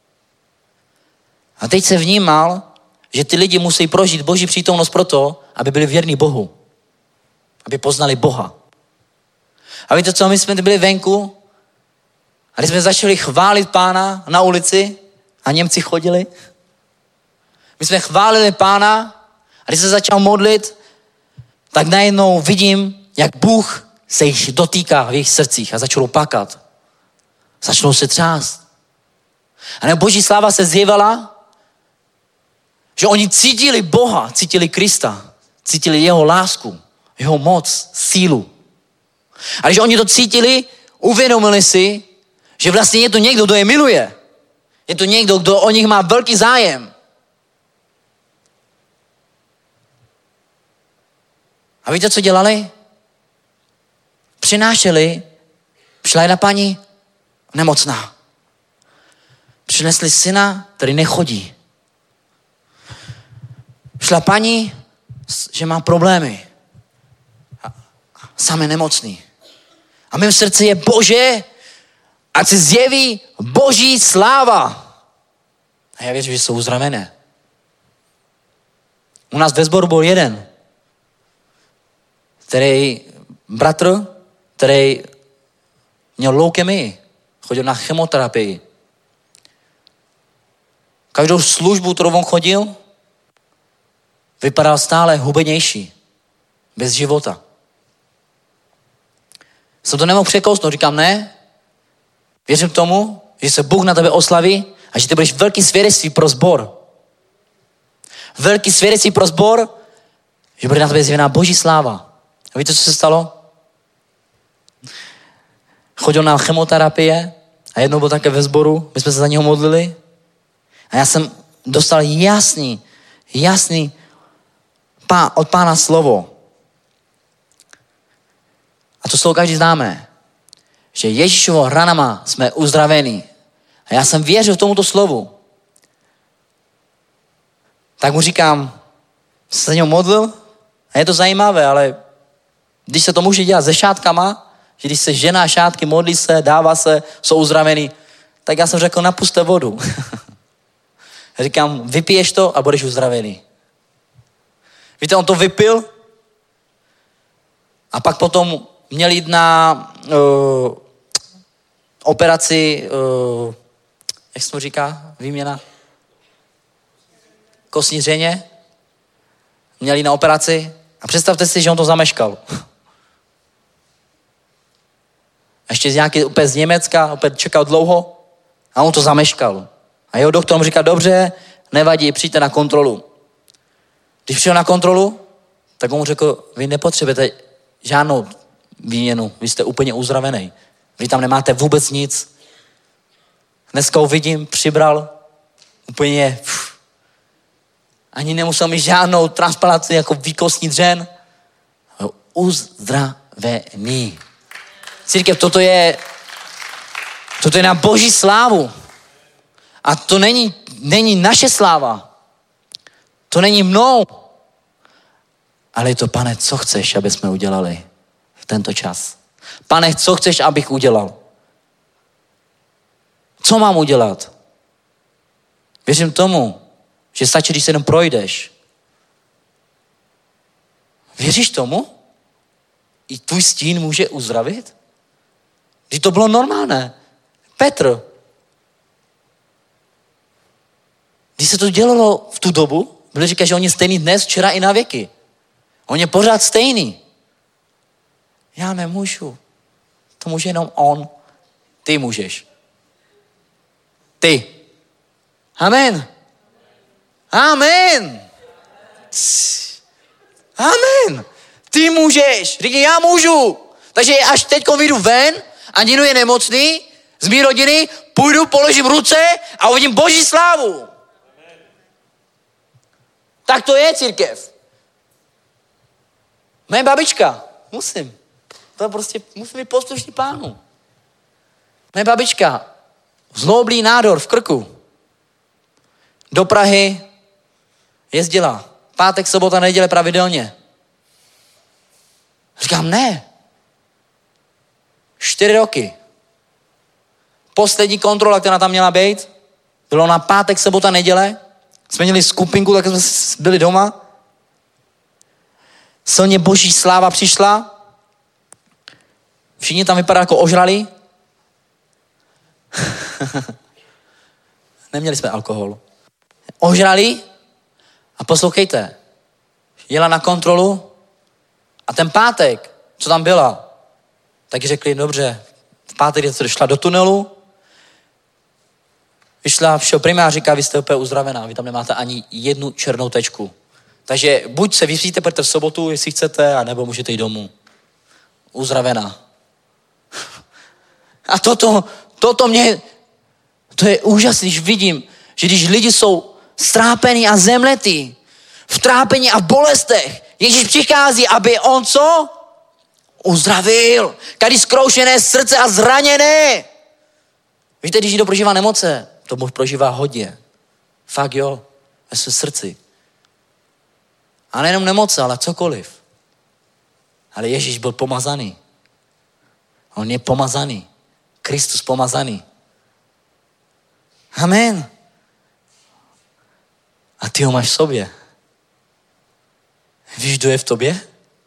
A teď se vnímal, že ty lidi musí prožít Boží přítomnost proto, aby byli věrní Bohu. Aby poznali Boha. A víte co? My jsme byli venku a když jsme začali chválit Pána na ulici a Němci chodili, my jsme chválili Pána a když se začal modlit, tak najednou vidím, jak Bůh se jich dotýká v jejich srdcích a začalo plakat. Začalo se třást. A nebo Boží sláva se zjevala, že oni cítili Boha, cítili Krista, cítili jeho lásku, jeho moc, sílu. A když oni to cítili, uvědomili si, že vlastně je to někdo, kdo je miluje. Je to někdo, kdo o nich má velký zájem. A víte, co dělali? Přinášeli, přišla jedna paní nemocná. Přinesli syna, který nechodí. Šla paní, že má problémy. Sám je nemocný. A mém srdci je, Bože, ať se zjeví Boží sláva. A já věřím, že jsou uzdravené. U nás ve sboru byl jeden, bratr, který měl leukemii, chodil na chemoterapii. Každou službu, kterou on chodil, vypadal stále hubenější, bez života. Jsem to nemohl překousnout, říkám ne, věřím tomu, že se Bůh na tebe oslaví a že ty budeš velký svědectví pro sbor. Velký svědectví pro sbor, že bude na tebe zjevená Boží sláva. A víte, co se stalo? Chodil na chemoterapie a jednou byl také ve sboru, my jsme se za něho modlili a já jsem dostal jasný od Pána slovo. A to slovo každý známe, že Ježíšovo ranama jsme uzdraveni. A já jsem věřil tomuto slovu. Tak mu říkám, jsem se za něho modlil a je to zajímavé, ale když se to může dělat se šátkama, že když se žena šátky, modlí se, dává se, jsou uzdraveni, tak já jsem řekl, napuste vodu. Říkám, vypiješ to a budeš uzdravený. Víte, on to vypil a pak potom měl jít na operaci, jak se to říká, výměna? Kostní dřeně. Měl jít na operaci a představte si, že on to zameškal. Ještě nějaký opět z Německa, opět čekal dlouho a on to zameškal. A jeho doktor mu říká, dobře, nevadí, přijďte na kontrolu. Když přišel na kontrolu, tak on mu řekl, vy nepotřebujete žádnou výměnu, vy jste úplně uzdravený. Vy tam nemáte vůbec nic. Dneska ho vidím, přibral, úplně, ani nemusel mít žádnou transplantaci jako výkostní dřen. Uzdravený. Církev, toto je na Boží slávu. A to není naše sláva. To není mnou. Ale je to, Pane, co chceš, aby jsme udělali v tento čas. Pane, co chceš, abych udělal? Co mám udělat? Věřím tomu, že stačí, když se jenom projdeš. Věříš tomu? I tvůj stín může uzdravit? Když to bylo normálné. Petr. Když se to dělalo v tu dobu, bylo říkat, že on je stejný dnes, včera i na věky. On je pořád stejný. Já nemůžu. To může jenom on. Ty můžeš. Ty. Amen. Amen. Amen. Ty můžeš. Říkej, já můžu. Takže až teď vyjdu ven a někdo je nemocný z mý rodiny, půjdu, položím ruce a uvidím Boží slávu. Tak to je církev. Moje babička. Musím. To prostě musím být poslušný Pánu. Moje babička. Zloblý nádor v krku. Do Prahy jezdila. Pátek, sobota, neděle pravidelně. Říkám, ne. 4 roky. Poslední kontrola, která tam měla být, bylo na pátek, sobota, neděle. Jsme měli skupinku, tak jsme byli doma. Silně Boží sláva přišla. Všichni tam vypadali jako ožrali. Neměli jsme alkohol. Ožrali a poslouchejte. Jela na kontrolu a ten pátek, co tam byla, tak řekli, dobře, v pátek se šla do tunelu, vyšla všeho primář, říká, vy jste úplně uzdravená, vy tam nemáte ani jednu černou tečku. Takže buď se vyspíte v sobotu, jestli chcete, anebo můžete jít domů. Uzdravená. A toto mě, to je úžasné, když vidím, že když lidi jsou strápení a zemletí, v trápení a v bolestech, Ježíš přichází, aby on co? Uzdravil. Každý zkroušené srdce a zraněné. Víte, když někdo prožívá nemoce, to muž prožívá hodně. Fakt jo, ve svém srdci. A nejenom nemoce, ale cokoliv. Ale Ježíš byl pomazaný. On je pomazaný. Kristus pomazaný. Amen. A ty ho máš v sobě. Víš, kdo je v tobě?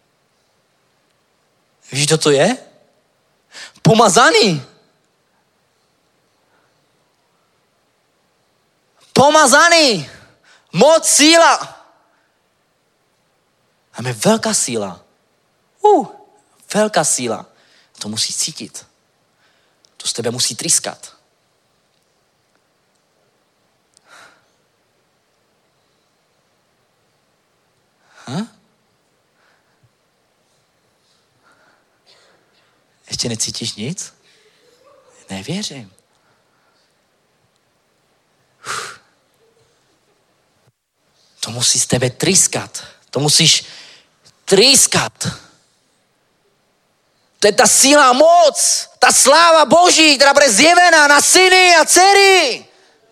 Víš, kdo to je? Pomazaný. Pomazaný. Moc, síla. A je velká síla. Velká síla. To musí cítit. To z tebe musí tryskat. Ještě necítíš nic? Nevěřím. To musí z tebe tryskat. To musíš tryskat. To je ta síla a moc, ta sláva Boží, která bude zjevená na syny a dcery.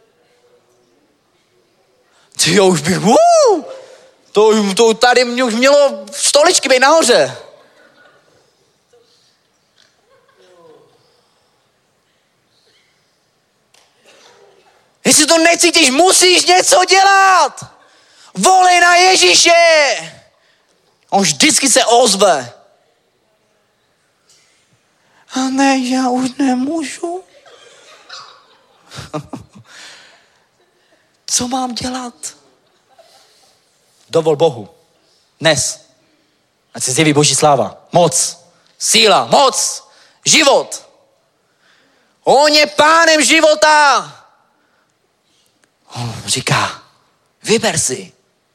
Ty už bych, to tady už mělo stoličky být nahoře. Jestli to necítíš, musíš něco dělat. Volej na Ježíše. On vždycky se ozve. A ne, já už nemůžu. Co mám dělat? Dovol Bohu. Dnes. Ať se zjeví Boží sláva. Moc. Síla. Moc. Život. On je pánem života. On říká, vyber si.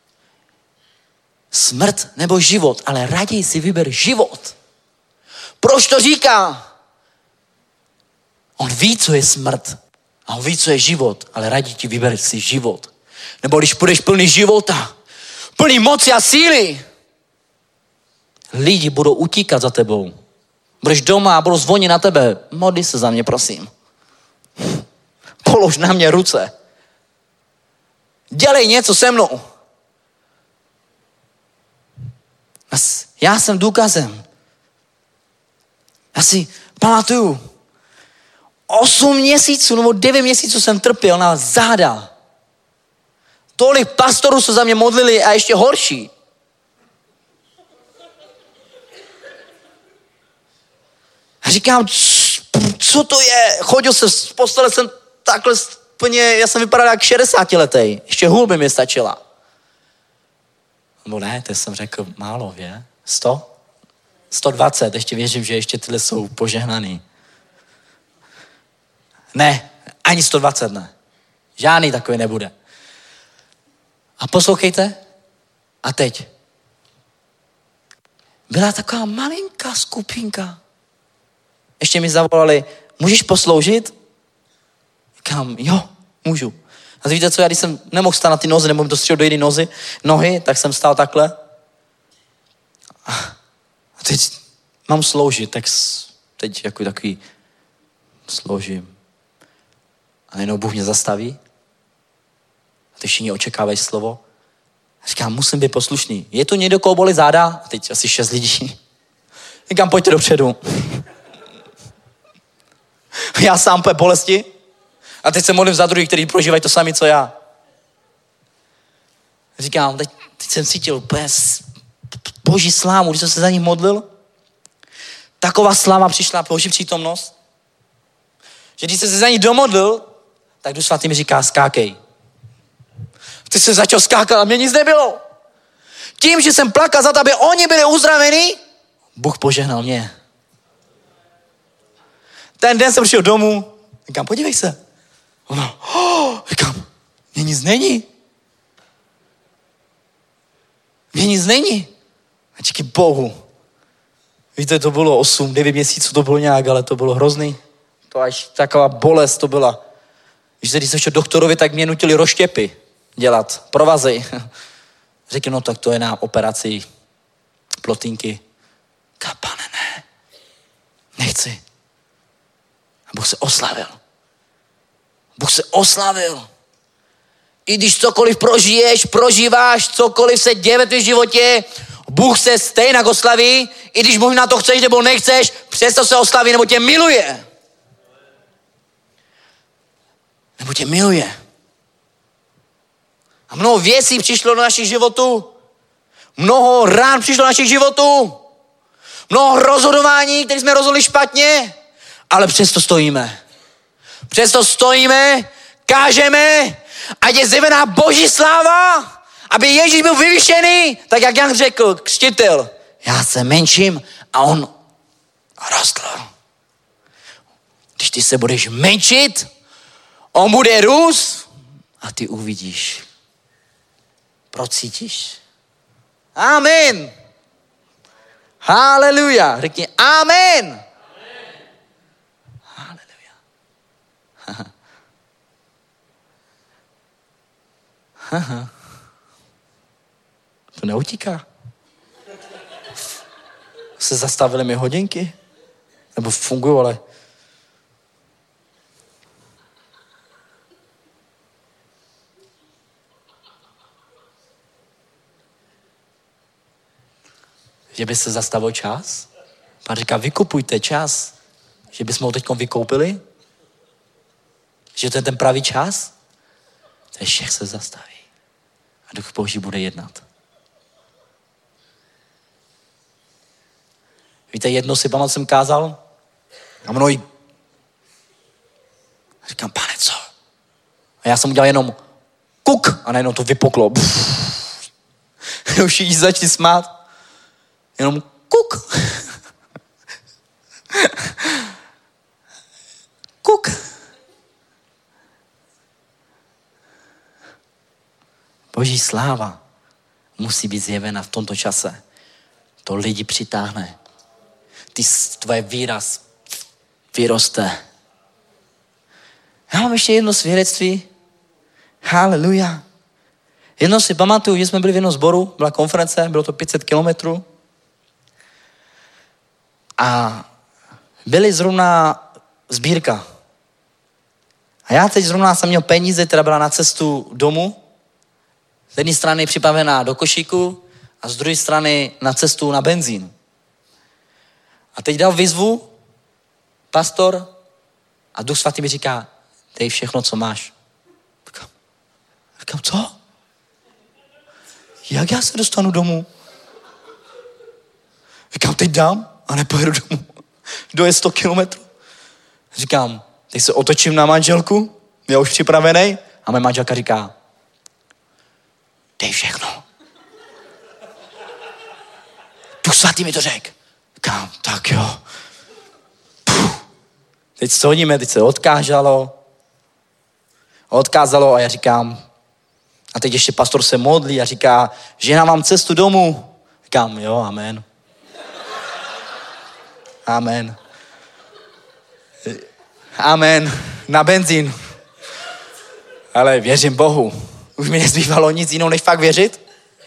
Smrt nebo život, ale raději si vyber život. Proč to říká? On ví, co je smrt. A on ví, co je život, ale raději ti vyber si život. Nebo když budeš plný života, plný moci a síly, lidi budou utíkat za tebou. Budeš doma a budou zvonit na tebe. Modli se za mě, prosím. Polož na mě ruce. Dělej něco se mnou. Já jsem důkazem. Já si pamatuju, 8 měsíců nebo 9 měsíců jsem trpěl na záda. Tolik pastorů se za mě modlili a ještě horší. A říkám, co to je? Chodil jsem z postele, jsem takhle plně, já jsem vypadal jak 60letej. Ještě hůl by mi stačila. No ne, to jsem řekl málo, je? 100? 120, ještě věřím, že ještě tyhle jsou požehnaný. Ne, ani 120 ne. Žádný takový nebude. A poslouchejte, a teď. Byla taková malinká skupinka. Ještě mi zavolali, můžeš posloužit? Říkám, jo, můžu. A víte co, já když jsem nemohl stát na ty nozy, nebo mi to střel do jiné nohy, tak jsem stál takhle. A teď mám sloužit, tak teď jako takový sloužím. A najednou Bůh mě zastaví. A teď všichni očekávají slovo. A říkám, musím být poslušný. Je tu někdo, koho bolí záda? A teď asi 6 lidí. Říkám, pojďte dopředu. Já sám po bolesti. A teď se modlím za druhý, kteří prožívají to samé, co já. Říkám, teď jsem cítil boží slávu, když jsem se za nich modlil. Taková sláva přišla, boží přítomnost, že když jsem se za nich domodlil, tak Duch Svatý mi říká, skákej. Ty se začal skákat a mě nic nebylo. Tím, že jsem plakal za to, aby oni byli uzdraveni, Bůh požehnal mě. Ten den jsem přišel domů, říkám, podívej se. Ono, říkám, mě nic není. Mě nic není. A díky Bohu. Víte, to bylo 8-9 měsíců, to bylo nějak, ale to bylo hrozný. To až taková bolest to byla. Víš, když jsem šel doktorovi, tak mě nutili rozštěpy dělat, provazy. Řekl, no tak to je na operaci plotínky. Pane, ne. Nechci. A Bůh se oslavil. Bůh se oslavil. I když cokoliv prožiješ, prožíváš, cokoliv se děje ve tvém životě, Bůh se stejně oslaví, i když možná to chceš nebo nechceš, přesto se oslaví, nebo tě miluje. Nebo tě miluje. A mnoho věcí přišlo do našich životů. Mnoho rán přišlo do našich životů. Mnoho rozhodování, které jsme rozhodli špatně, ale přesto stojíme. Přesto stojíme, kážeme, ať je zjevená boží sláva, aby Ježíš byl vyvyšený, tak jak Jan řekl, křtitel, já se menším a on rostl. Když ty se budeš menšit, on bude růst a ty uvidíš. Procítíš. Amen. Haleluja. Řekni amen. Haleluja. To neutíká. Se zastavily mi hodinky? Nebo fungují, ale... Že by se zastavil čas? Pán říká, vykupujte čas. Že bychom ho teďkom vykoupili? Že to je ten pravý čas? To všech se zastaví. A Duch Boží bude jednat. Víte, jedno si pamatuju, jsem kázal a mnohý. Říkám, pane, co? A já jsem udělal jenom kuk a najednou to vypuklo. Už jí začali smát. Jenom kuk. Kuk. Boží sláva musí být zjevena v tomto čase. To lidi přitáhne. Tvoje výraz vyroste. Já mám ještě jedno svědectví. Haleluja. Jedno si pamatuju, že jsme byli v jednom sboru, byla konference, bylo to 500 kilometrů. A byly zrovna sbírka. A já teď zrovna jsem měl peníze, která byla na cestu domů. Z jedné strany připravená do košíku a z druhé strany na cestu na benzín. A teď dal výzvu pastor, a Duch Svatý mi říká, dej všechno, co máš. Říkám, co? Jak já se dostanu domů? Říkám, teď dám a nepojedu domů. Dojet 100 kilometrů. Říkám, teď se otočím na manželku, já už připravený, a moje manželka říká, dej všechno. Duch Svatý mi to řekl. Říkám, tak jo. Teď stoníme, teď se odkázalo a já říkám, a teď ještě pastor se modlí a říká, žena vám cestu domů. Říkám, jo, amen. Amen. Amen. Na benzín. Ale věřím Bohu. Už mi nezbývalo nic jiného, než fakt věřit.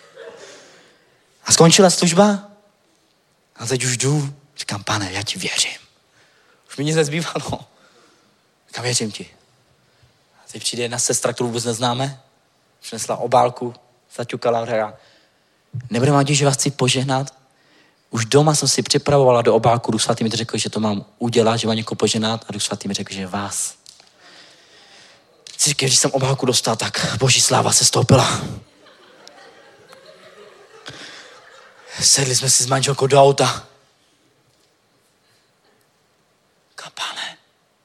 A skončila služba. A teď už jdu. Říkám, Pane, já ti věřím. Už mi nic nezbývalo. Říkám, věřím ti. A teď přijde jedna sestra, kterou vůbec neznáme. Přinesla obálku, zaťukala a říká, nebude vám že vás chci požehnat? Už doma jsem si připravovala do obálku, Duch Svatý mi to řekl, že to mám udělat, že mám někoho požehnat, a Duch Svatý mi řekl, že vás. Když jsem obálku dostal, tak Boží sláva se stoupila. Sedli jsme si s manželkou do auta. Pane,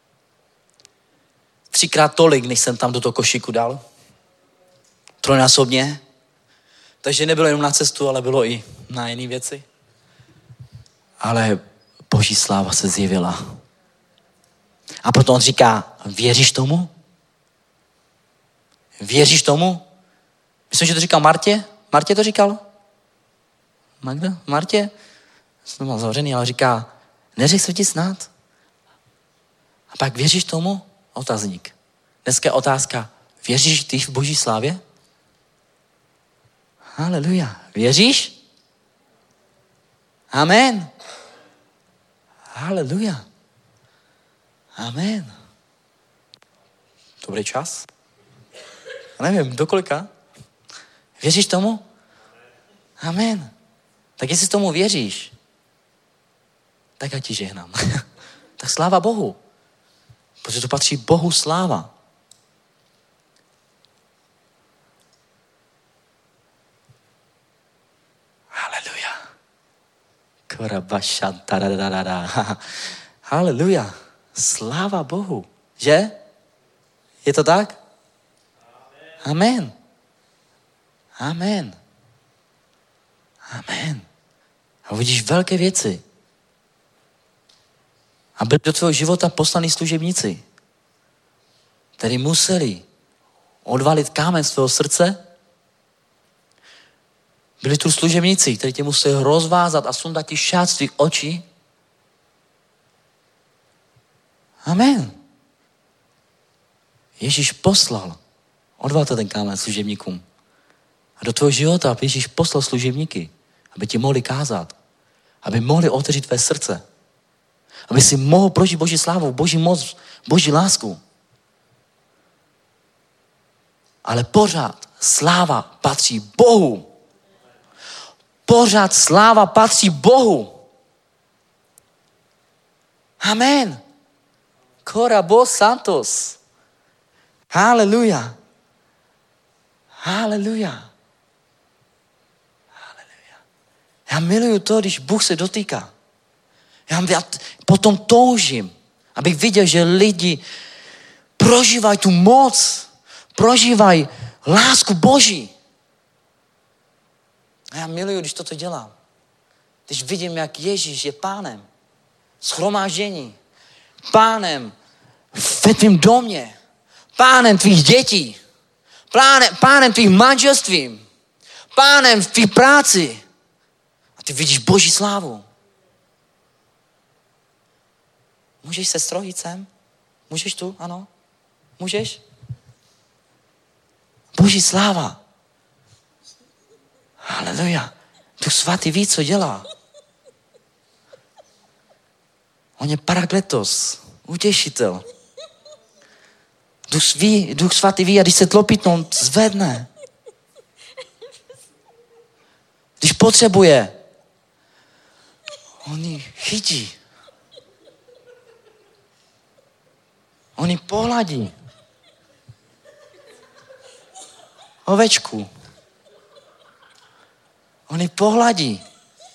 3krát tolik, než jsem tam do toho košíku dal. Trojnásobně. Takže nebylo jenom na cestu, ale bylo i na jiné věci. Ale Boží sláva se zjevila. A proto on říká, věříš tomu? Věříš tomu? Myslím, že to říkal Martě. Martě to říkal? Magda? Martě? Jsem mal zavřený, ale říká, neřekl se ti snad? A pak věříš tomu? Otazník. Dneska je otázka, věříš ty v Boží slávě? Haleluja. Věříš? Amen. Haleluja. Amen. Dobrý čas? Já nevím, do kolika? Věříš tomu? Amen. Tak jestli tomu věříš, tak já ti žehnám. Tak sláva Bohu. Protože to patří Bohu sláva. Haleluja. Haleluja. Sláva Bohu. Že? Je to tak? Amen. Amen. Amen. A uvidíš velké věci. A byli do tvého života poslaní služebníci, kteří museli odvalit kámen z tvého srdce. Byli tu služebníci, kteří tě museli rozvázat a sundat ti šát z tvých očí. Amen. Ježíš poslal, odval ten kámen služebníkům. A do tvého života Ježíš poslal služebníky, aby ti mohli kázat, aby mohli otevřít tvé srdce, aby si mohl prožít Boží slávu, Boží moc, Boží lásku. Ale pořád sláva patří Bohu. Pořád sláva patří Bohu. Amen. Korabo Santos. Haleluja. Haleluja. Haleluja. Já miluju to, když Bůh se dotýká. Já potom toužím, abych viděl, že lidi prožívají tu moc, prožívají lásku Boží. A já miluju, když toto dělám. Když vidím, jak Ježíš je pánem shromáždění, pánem ve tvým domě, pánem tvých dětí, pánem tvých manželství, pánem v tvý práci. A ty vidíš Boží slávu. Můžeš se strojit sem? Můžeš tu? Ano? Můžeš? Boží sláva. Haleluja. Duch Svatý ví, co dělá. On je Parakletos, utěšitel. Duch Svatý ví, a když se tlopítne, on zvedne. Když potřebuje, on ji chytí. On ji pohladí. Ovečku. On ji pohladí.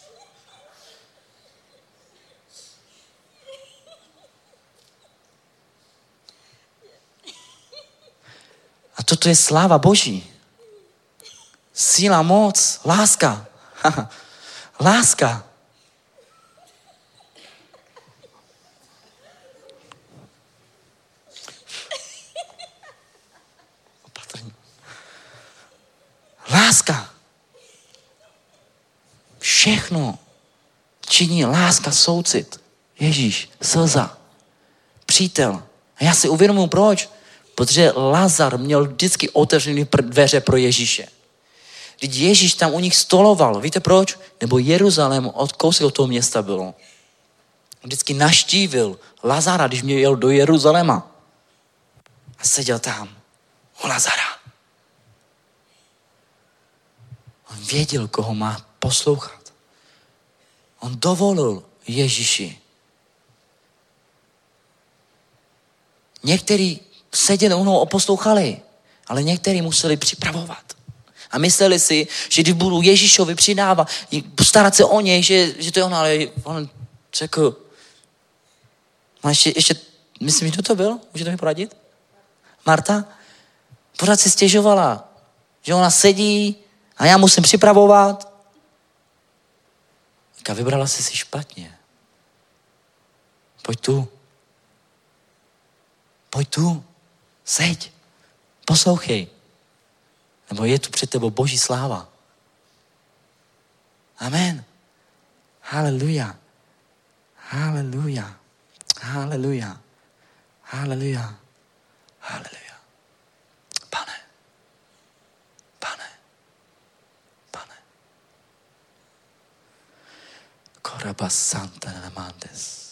A toto je sláva Boží. Síla, moc, láska. Láska. Opatrně. Láska. Všechno činí láska, soucit. Ježíš, slza, přítel. A já si uvědomuji, proč? Protože Lazar měl vždycky otevřené dveře pro Ježíše. Když Ježíš tam u nich stoloval, víte proč? Nebo Jeruzalém od kousek od toho města bylo. Vždycky naštívil Lazara, když mě jel do Jeruzaléma. A seděl tam u Lazara. On věděl, koho má poslouchat. On dovolil Ježíši. Někteří seděli u něho a poslouchali, ale někteří museli připravovat. A mysleli si, že když budu Ježíšovi přidávat, starat se o něj, že to je on, ale on řekl, a ještě, myslím, kdo to byl? Můžete mi poradit? Marta? Pořád si stěžovala, že ona sedí a já musím připravovat. A vybrala jsi si špatně. Pojď tu, seď, poslouchej. Nebo je tu před tebou Boží sláva. Amen. Haleluja. Haleluja. Haleluja. Haleluja. Haleluja. Pane. Koraba Santa Namandes.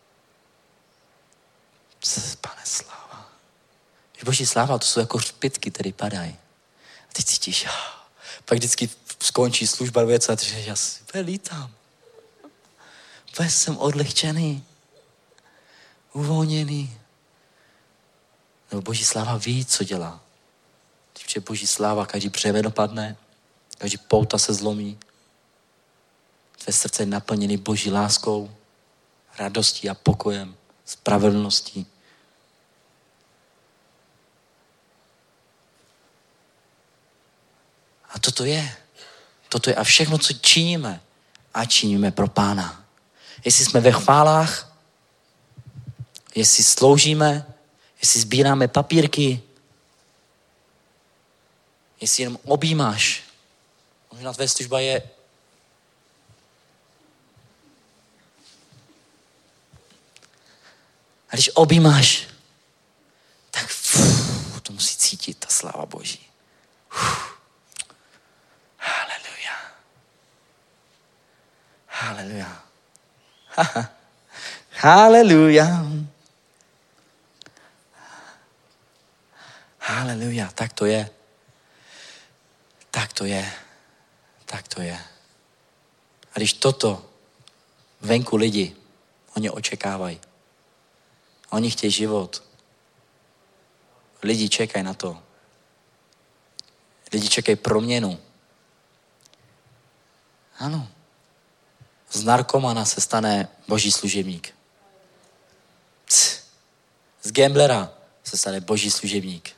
Pane, sláva. Boží sláva, to jsou jako řpitky, které padají. A teď cítíš, pak vždycky skončí služba věc a ty já si lítám. Vůbec jsem odlehčený, uvolněný. Nebo Boží sláva ví, co dělá. Když je Boží sláva, každý břemen dopadne, každý pouta se zlomí. Tvé srdce je naplněný Boží láskou, radostí a pokojem, spravedlností. A toto je a všechno, co činíme, a činíme pro Pána. Jestli jsme ve chválách, jestli sloužíme, jestli sbíráme papírky, jestli jenom objímáš, možná tvé služba je a když objímáš, tak to musí cítit ta sláva Boží. Haleluja. Haleluja. Haleluja. Haleluja. Tak to je. Tak to je. Tak to je. A když toto venku lidi, oni očekávají. Oni chtějí život. Lidi čekají na to. Lidi čekají proměnu. Ano. Z narkomana se stane Boží služebník. Z gamblera se stane Boží služebník.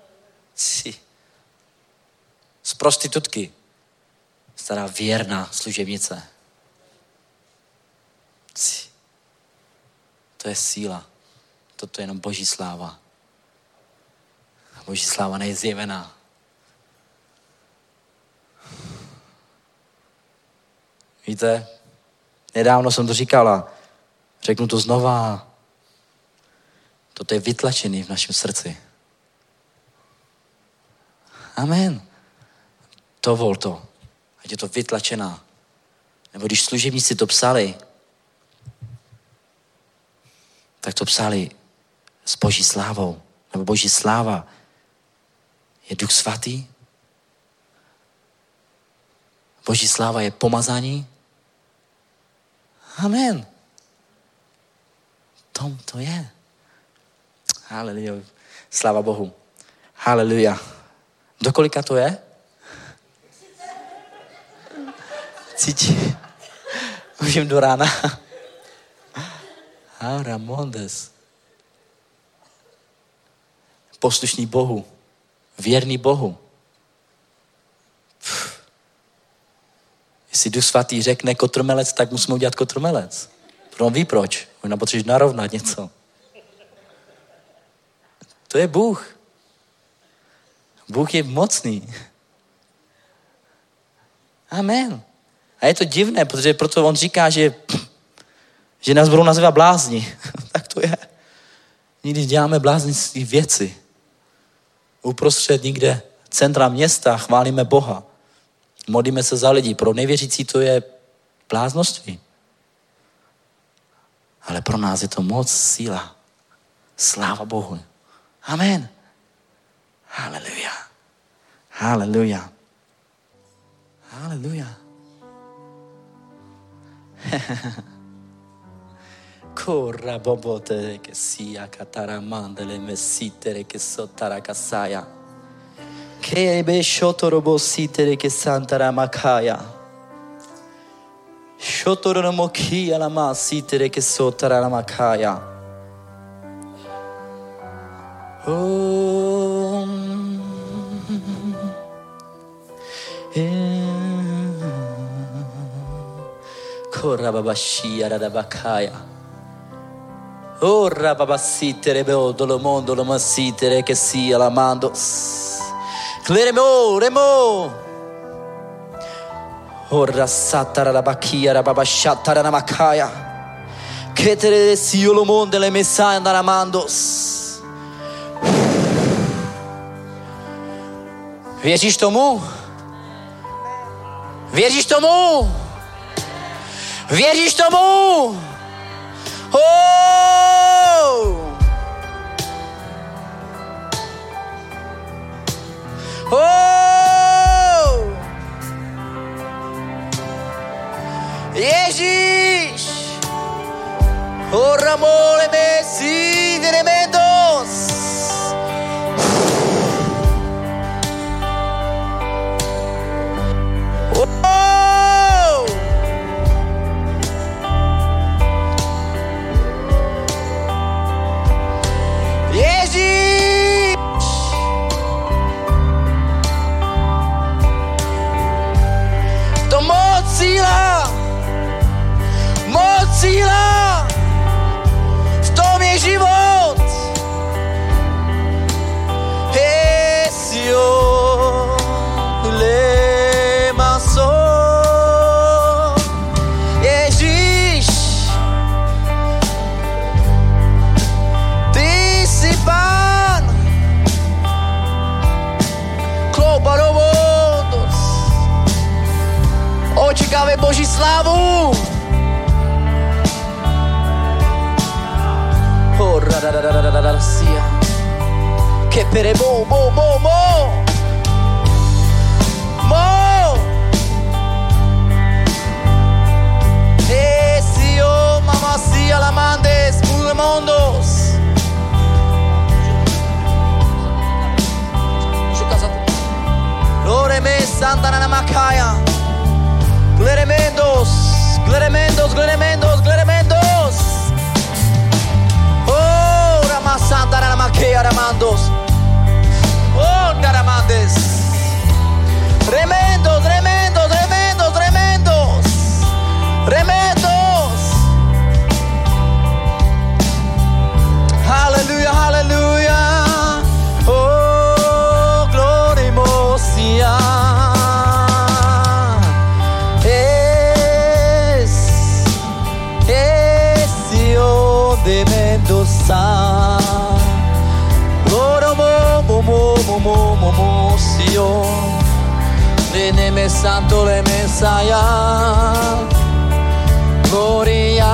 Z prostitutky se stane věrná služebnice. To je síla. Toto je jenom Boží sláva. Boží sláva nejzjevená. Víte, nedávno jsem to říkala, řeknu to znova. Toto je vytlačený v našem srdci. Amen. Dovol to, ať je to vytlačená. Nebo když služebníci to psali, tak to psali s Boží slávou. Nebo Boží sláva je Duch Svatý. Boží sláva je pomazání. Amen. Tom to je. Haleluja. Sláva Bohu. Haleluja. Do kolika to je? Cítí. Už jim do rána. Ramondes. Poslušný Bohu. Věrný Bohu. Jestli Duch Svatý řekne kotrmelec, tak musíme udělat kotrmelec. On ví proč. On potřebuje narovnat něco. To je Bůh. Bůh je mocný. Amen. A je to divné, protože proto on říká, že nás budou nazývat blázni. Tak to je. Někdy děláme bláznivské věci. Uprostřed někde centra města chválíme Boha. Modlíme se za lidi. Pro nevěřící to je bláznoství. Ale pro nás je to moc, síla. Sláva Bohu. Amen. Haleluja. Haleluja. Haleluja. Corra bobote che sia cataramandele messitere che sottara cassaia. Che besciotoro bossitere che santara macaya. Shotoro mokia la massitere che sottara la macaya. Oh. Corra babashia da bacaya. Ora babasitere beodo lo mondo lo massitere che sia la mandos. Cleremo remo. Ora satara la bacchia da babashatara na macaya. Che tere sio lo mondo le messai andara mandos. Věříš tomu? Věříš tomu? Věříš tomu? Oh! Oh! Ježíš! Ora mole messi tremendos! Oh! Ježíš! To moc síla, v tom je život. Hesio, lemaso, Ježíš, ty jsi Pán, klobarovodos, očekávaj Boží slávu. Che per mo Esio mamma sia la mandes pure mondos Lore me santa na macaya Gleremendos Santa Ramakea Ramandos. Oh, Naramandes. Tremendos. Hallelujah. Oh, glorimosia. Esio de Mendoza. Neme santo le mesaya gloria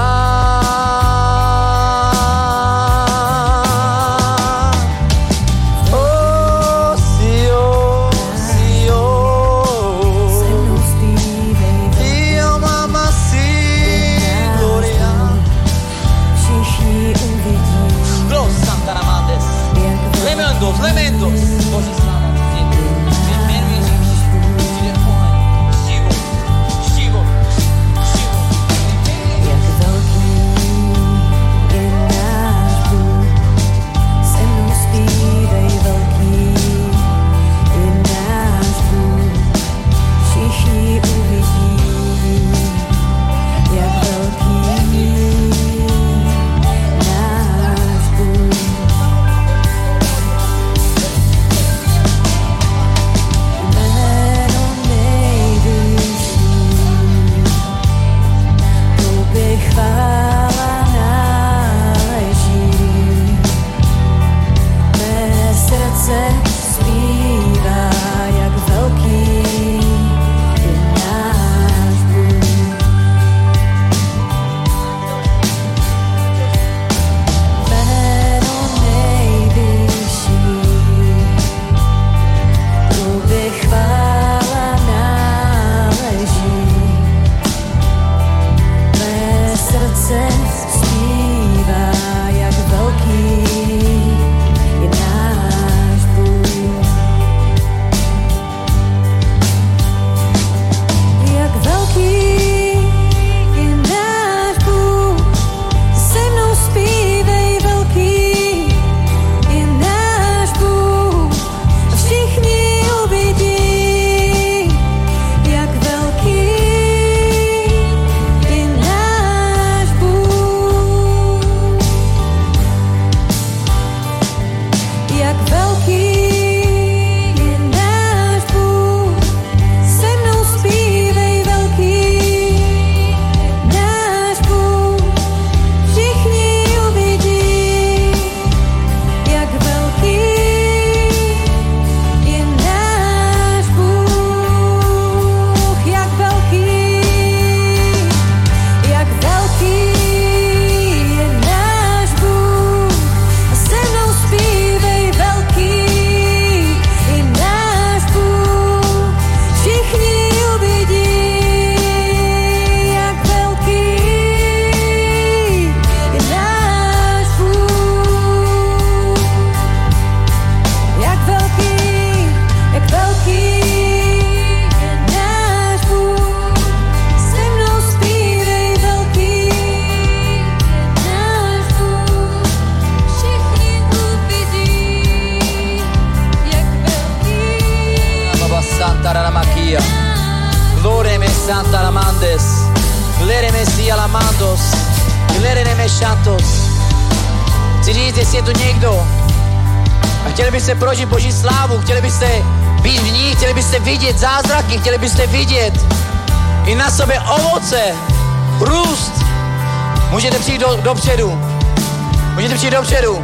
oh sio io mamma si gloria všichni uvidí Glo Santa Ramandes chvála náleží. Mé srdce zpívá, jak velký je náš Bůh. Jméno nejvyšší, tobě chvála náleží. Mé srdce zpívá, jak velký je náš Bůh. Jak velký je náš Bůh, se mnou zpívej, velký je náš Bůh. A všichni uvidí, jak velký je náš Bůh. Jak velký je náš Bůh, se mnou zpívej, velký náš Bůh. Všichni uvidí, jak velký je náš Bůh. Jak velký je náš Bůh. A se mnou zpívej, velký je náš Bůh. Všichni uvidí, jak velký je náš Bůh. Jak velký je náš Bůh. Se mnou zpívej, velký je náš Bůh. Všichni uvidí, jak velký Baba Santa Ramakia. Glore me Santa Lamandes. Glere me sia Lamandos. Glere me Shantos. Chci říct, jestli je tu někdo a chtěli byste prožít Boží slávu, chtěli byste být v ní, chtěli byste vidět zázraky, chtěli byste vidět i na sobě ovoce, růst. Můžete přijít dopředu. Můžete přijít dopředu.